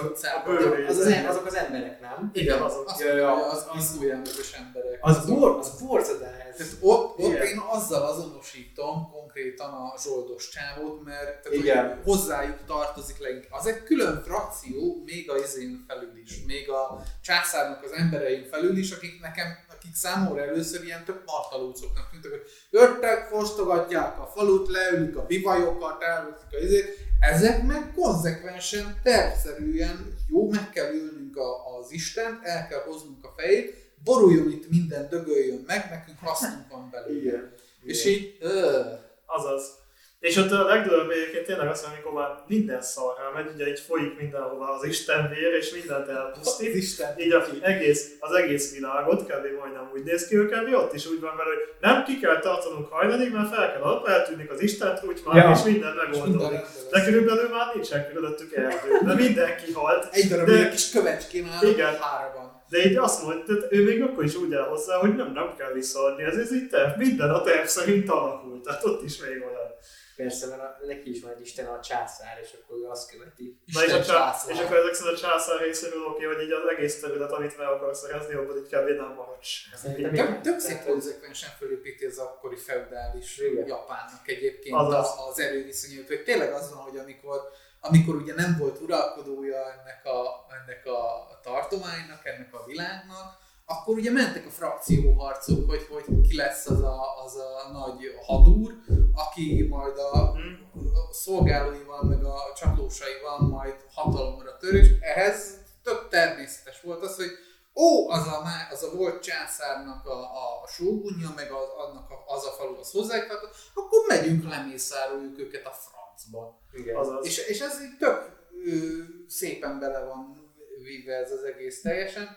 azok az emberek, nem? Igen, az disznójelmezős emberek. Az borzadás. Tehát ott én azzal azonosítom konkrétan a zsoldos csávót, mert hozzájuk tartozik leginkább. Az egy külön frakció, még a izén felül is, még a császárnak az emberein felül is, akik számomra először ilyen tök martalócoknak tűntek, hogy jöttek, fosztogatják a falut, leülik a bivajokat, elveszik a izét. Ezek meg konzekvensen, tervszerűen jó, meg kell ülnünk az Istent, el kell hoznunk a fejét, boruljon itt minden, dögöljön meg, nekünk hasznunk van belőle. Igen. És így... Azaz. És ott a legdurvább egyébként tényleg azt mondja, amikor már minden szarrá megy, ugye így folyik mindenhova az Isten vér, és mindent elpusztít. Így az egész világot, kb. Majdnem úgy néz ki, kb. Ott is úgy van vele, hogy nem ki kell tartanunk hajnalig, mert fel kell ott, eltűnik az Isten trúcsmár, és minden megoldódik. De körülbelül már nincsen körülöttük erdő, de mindenki halt. Egy darab ilyen kis kövecskén áll, háraban. De így azt mondta, ő még akkor is úgy áll hozzá, hogy nem kell visszaadni, ez így minden a terv szerint alakult, tehát ott is még olyan. Persze, mert neki is van egy Isten a császár, és akkor ő azt követi. Na és akkor ezek szerint a császár részéről oké, hogy így az egész terület, amit meg akar szerezni, abban így kb. Nem marad sem. Több szép konzekvensen fölépíti az akkori feudális Japánnak egyébként az erőviszonyait, hogy tényleg az van, hogy amikor ugye nem volt uralkodója ennek a tartománynak, ennek a világnak, akkor ugye mentek a frakcióharcok, hogy ki lesz az a nagy hadúr, aki majd a szolgálóival, meg a csatlósaival majd hatalomra tör, és ehhez tök természetes volt az, hogy az a volt császárnak a sógunja, meg az a falu az hozzájárult, akkor megyünk, lemészároljuk őket a francba. És ez így tök szépen bele van víve ez az egész teljesen.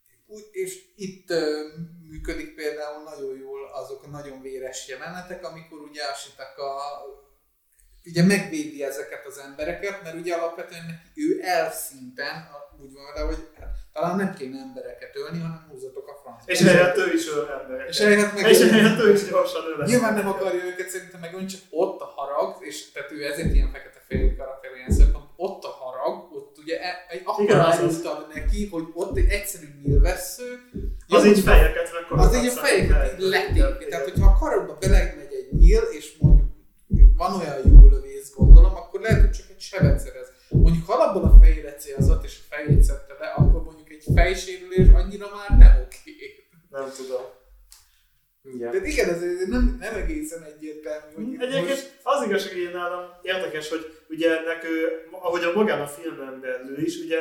És itt működik például nagyon jól azok a nagyon véres jelenetek, amikor ugye Ashitaka ugye megvédi ezeket az embereket, mert ugye alapvetően neki ő elfszinten úgy van vele, hogy talán nem kéne embereket ölni, hanem húzatok a francba. És helyett ő is öl embereket. És helyett ő is gyorsan öl. Nyilván nem akarja őket szerintem megölni, csak ott a harag, és tehát ő ezért ilyen fekete-fehér karakter, ilyen szerintem ott a harag, ott ugye akkor elhúztad neki, hogy ott egy egyszerű nyílvessző. Az így fejeket az így a fejeket letépi. Tehát hogyha a karodba belemegy egy nyíl, és mondjuk van olyan jó lövész, gondolom, akkor lehet, hogy csak egy sebet szerez. Mondjuk ha alapból a fejére célzott, és a fejét szedte le, akkor mondjuk egy fejsérülés annyira már nem oké. Nem tudom. Igen. Tehát igen, ez nem egészen egyértelmű. Egyébként az igazság, hogy nálam érdekes, hogy ugye ennek, ahogy a magán a filmen belül is, ugye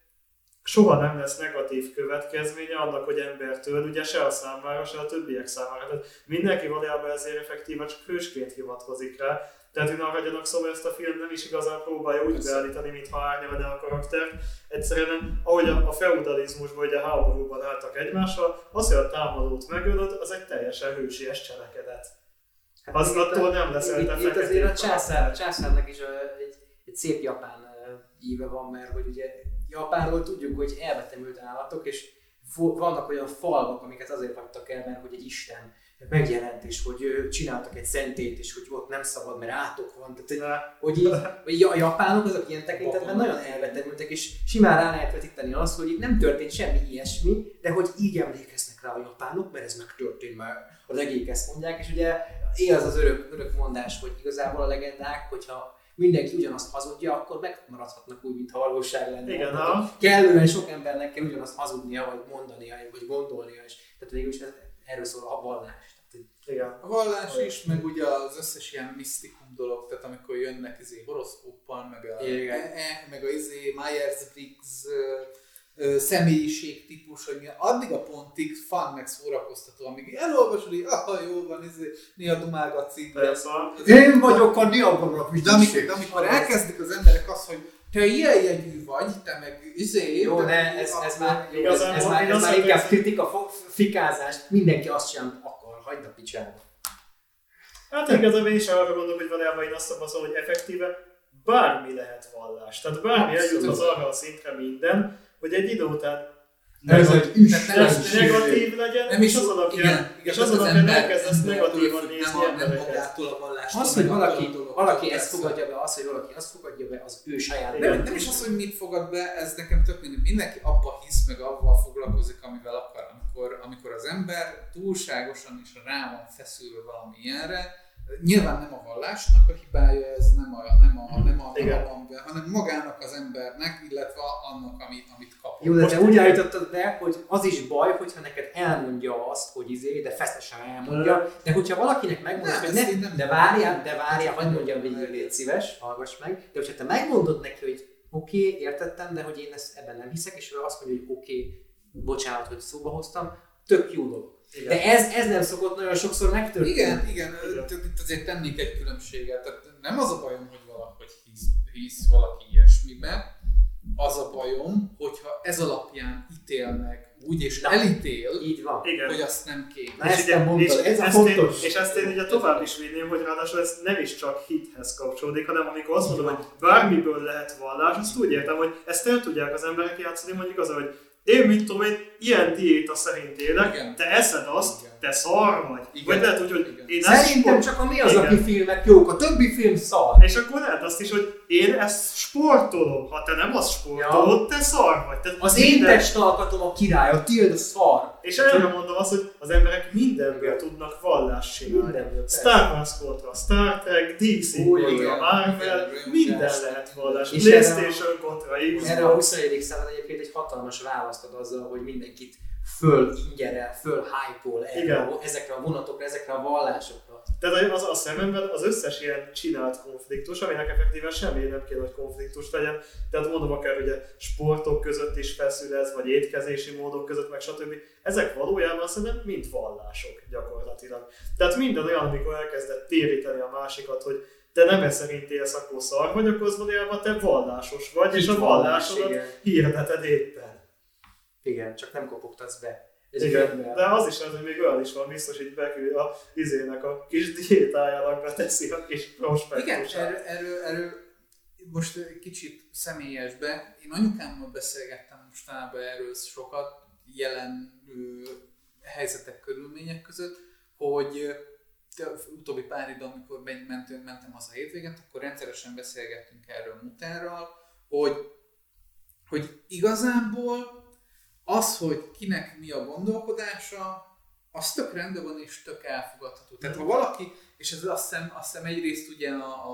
soha nem lesz negatív következménye annak, hogy embertől, ugye se a számára, se a többiek számára. Tehát mindenki valójában ezért effektívan csak hősként hivatkozik rá. Tehát hogy ne ragyogjanak szóval ezt a film nem is igazán próbálja úgy beállítani, mintha árnyalna a karaktert. Egyszerűen, ahogy a feudalizmusban ugye háborúban álltak egymással, az, hogy a támadót megölöd, az egy teljesen hősies cselekedet. Hát az attól nem lesz itt azért a császárnak is egy szép japán éve van, mert hogy ugye Japánról tudjuk, hogy elvetemült állatok, és vannak olyan falvak, amiket azért hagytak el, mert hogy egy isten megjelent, és hogy csináltak egy szentét, és hogy ott nem szabad, mert átok van. Tehát, hogy a japánok azok ilyen tekintetben nagyon elvetemültek, és simán rá lehet vetíteni azt, hogy itt nem történt semmi ilyesmi, de hogy így emlékeznek rá a japánok, mert ez megtörtént, mert a legék ezt mondják, és ugye él az örök mondás, hogy igazából a legendák, hogyha mindenki ugyanazt hazudja, akkor megmaradhatnak úgy, mintha valóság lenne. Igen, kellően sok embernek kell ugyanazt hazudnia, vagy mondania, vagy gondolnia, és tehát végül is erről szól a vallás. Igen. A vallás is, meg ugye az összes ilyen misztikum dolog, tehát amikor jönnek horoszkóppal, meg a Myers-Briggs személyiségtípus, hogy addig a pontig fun meg szórakoztató, amíg elolvasod, hogy jó van, néha dumálgatsz így. Én vagyok a diagonok, de amikor elkezdik az emberek azt, hogy te ilyen jegyű vagy, te meg Jó, de ez már inkább kritika, fikázást, mindenki azt sem akar, hagyd a picsába. Hát igazából én is arra gondolok, hogy valójában én azt tapasztalom, hogy effektíve bármi lehet vallás. Tehát bármi eljut az arra a szintre minden, hogy egy idő után negatív legyen, és az alapján elkezdesz negatívan nézni embereket. Az, hogy valaki ezt fogadja be, az, hogy valaki azt fogadja be, az ő saját. Nem is az, hogy mit fogad be, ez nekem tök mindegy. Mindenki abba hisz, meg avval foglalkozik, amivel akar. Amikor az ember túlságosan is rá van feszülve valami ilyenre, nyilván nem a vallásnak a hibája, ez nem a hanem magának az embernek, illetve annak, amit kap. Jó, de te úgy állítottad be, hogy az is baj, hogyha neked elmondja azt, hogy de feszesen elmondja, de hogyha valakinek megmondod, hogy de várjál, hagyd mondjam végül, légy szíves, hallgass meg, de hogyha te megmondod neki, hogy oké, értettem, de hogy én ebben nem hiszek, és ő azt mondja, hogy oké, bocsánat, hogy szóba hoztam, tök jó dolog. Igen. De ez nem szokott nagyon sokszor megtörténni. Igen. Itt azért tennék egy különbséget. Tehát nem az a bajom, hogy valahogy hisz valaki ilyesmibe, az a bajom, hogyha ez alapján ítél meg úgy, és elítél, így van. Hogy azt nem kéne. Na ezt nem mondtad, ez a fontos. És ezt én ugye tovább is vinném, hogy ráadásul ez nem is csak hithez kapcsolódik, hanem amikor azt mondom, hogy bármiből lehet vallás, azt úgy értem, hogy ezt el tudják az emberek játszani, mondjuk az, hogy én mit tudom én, ilyen diéta szerint élek, igen. Te eszed azt, igen. Te szar vagy. Igen. Vagy lehet úgy, hogy én szerintem csak a Miyazaki filmek jók, a többi film szar. És akkor lehet azt is, hogy én ezt sportolom, ha te nem azt sportolod, te szar vagy. Tehát az én testalkatom a király, a tiéd a szar. És erre mondom azt, hogy az emberek mindenből tudnak vallást csinálni. Star Wars kontra Star Trek, DC kontra Marvel, minden lehet vallás. PlayStation kontra Xbox. Erre a 21. század egyébként egy hatalmas választ ad azzal, hogy mindenkit föl-ingerel, föl-hype-ol ezekre a vonatokra, ezekre a vallásokra. Tehát az a szememben az összes ilyen csinált konfliktus, aminek effektíven semmi nem kell, hogy konfliktus legyen. Tehát mondom, akár ugye sportok között is feszül ez, vagy étkezési módok között, meg stb. Ezek valójában szerintem mind vallások gyakorlatilag. Tehát minden olyan, amikor elkezdett téríteni a másikat, hogy te nem ez szerint élsz, akkor szar vagy, akkor az valójában te vallásos vagy, és a vallásodat hirdeted éppen. Igen, csak nem kopogtatsz be. Igen, de az is az, hogy még olyan is van, biztos, hogy beküld a a kis diétájának beteszi a kis prospektusát. Igen, erről most kicsit személyesbe. Én anyukámmal beszélgettem mostanában erről sokat, jelen helyzetek, körülmények között, hogy utóbbi pár idő, amikor mentem haza hétvégén, akkor rendszeresen beszélgettünk erről Mutárral, hogy igazából az, hogy kinek mi a gondolkodása, az tök rendben van és tök elfogadható. Tehát ha valaki, és ez azt hiszem egyrészt ugye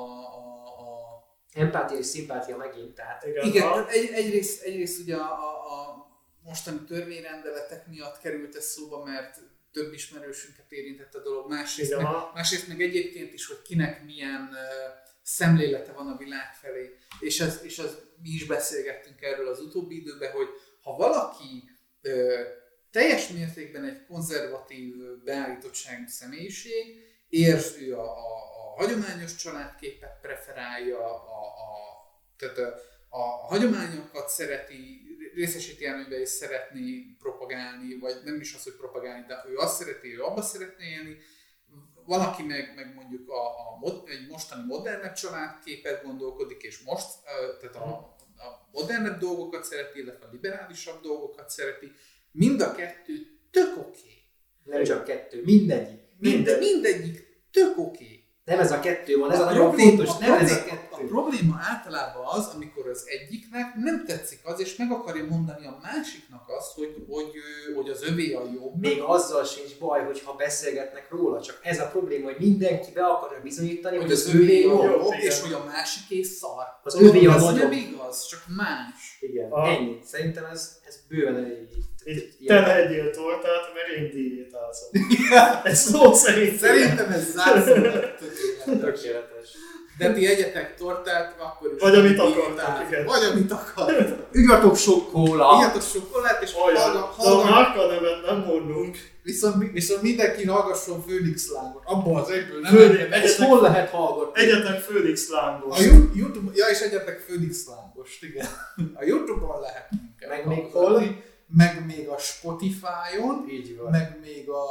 a empátia és szimpátia megint, tehát igen, egyrészt ugye a mostani törvényrendeletek miatt került ez szóba, mert több ismerősünket érintett a dolog, másrészt meg egyébként is, hogy kinek milyen szemlélete van a világ felé. És mi is beszélgettünk erről az utóbbi időben, hogy ha valaki teljes mértékben egy konzervatív beállítottságú személyiség, ő a hagyományos családképet preferálja, tehát a hagyományokat szereti, részesíti előnybe és szeretné propagálni, vagy nem is az, hogy propagálni, de ő azt szereti, ő abba szeretné élni. Valaki meg mondjuk egy mostani modernebb családképet gondolkodik, és most, tehát a modernebb dolgokat szereti, illetve a liberálisabb dolgokat szereti. Mind a kettő tök oké. Nem csak kettő, mindegyik. Mindegyik tök oké. Nem ez a kettő van, ez a nagyon fontos, nem ez a kettő. A probléma általában az, amikor az egyiknek nem tetszik az, és meg akarja mondani a másiknak azt, hogy az övé a jobb. Még azzal sincs baj, hogyha beszélgetnek róla, csak ez a probléma, hogy mindenki be akarja bizonyítani, hogy az övé a jobb, és hogy a másiké szar. Az övé a ez nagyobb. nem igaz, csak más. Igen, ennyi. Szerintem ez bőven elég. Te ne egyél tortát, mert én diétázom. Ez szó szerint. Szerintem ez zárszólag tökéletes. De ti egyetek tortát, akkor is. Vagy amit akartok, igen. Vagy amit akartok. Igyatok sok kóla. Igyatok sok kólát, és De a márka nevet nem mondunk. Viszont mindenki hallgasson Phoenix lángot. Abban az egyből nem Főnix. Ezt hol lehet hallgatni? Egyetek Phoenix lángos. A YouTube, ja, és egyetek Phoenix lángost, igen. A YouTube-on lehet minket Meg még hallgatni, meg még a Spotify-on, Így van. meg még a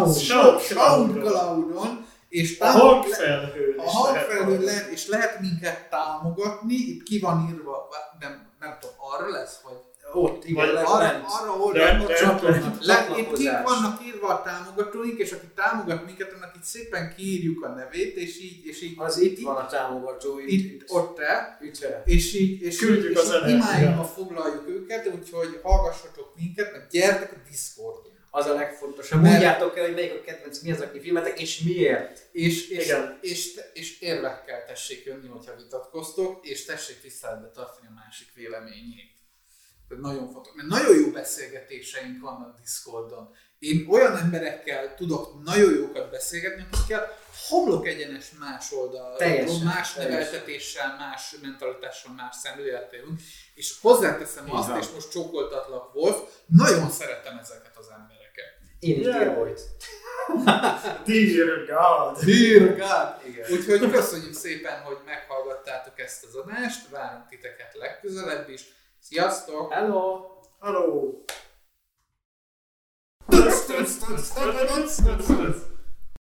Soundcloud-on, és a hangfelhőn lehet, és lehet minket támogatni, itt ki van írva, nem tudom, arra lesz, hogy Ott, igen, arra oldalon csatlakozás. itt kint vannak írva a támogatóink, és aki támogat minket, annak itt szépen kiírjuk a nevét, és így Az itt van a támogató, itt ott el, Ütve. és így Küldjük az imáimba foglaljuk őket, úgyhogy hallgassatok minket, meg gyertek a Discordon. Az a legfontosabb. Mondjátok el, hogy melyik a kedvenc, mi az, aki filmetek, és miért. És érvekkel tessék jönni, hogyha vitatkoztok, és tessék tiszteletbe tartani a másik véleményét. Ez nagyon fontos, mert nagyon jó beszélgetéseink vannak Discordon. Én olyan emberekkel tudok nagyon jókat beszélgetni, akikkel homlok egyenes más oldalról, más neveltetéssel, más mentalitással, más szemlélettel, és hozzáteszem azt, és most csókoltatlak Wolf, nagyon szeretem ezeket az embereket. Én is Dear Boy-t. Dear God! Dear God! Igen. Úgyhogy köszönjük szépen, hogy meghallgattátok ezt az adást, várunk titeket legközelebb is. Sziasztok! Hello! Hello!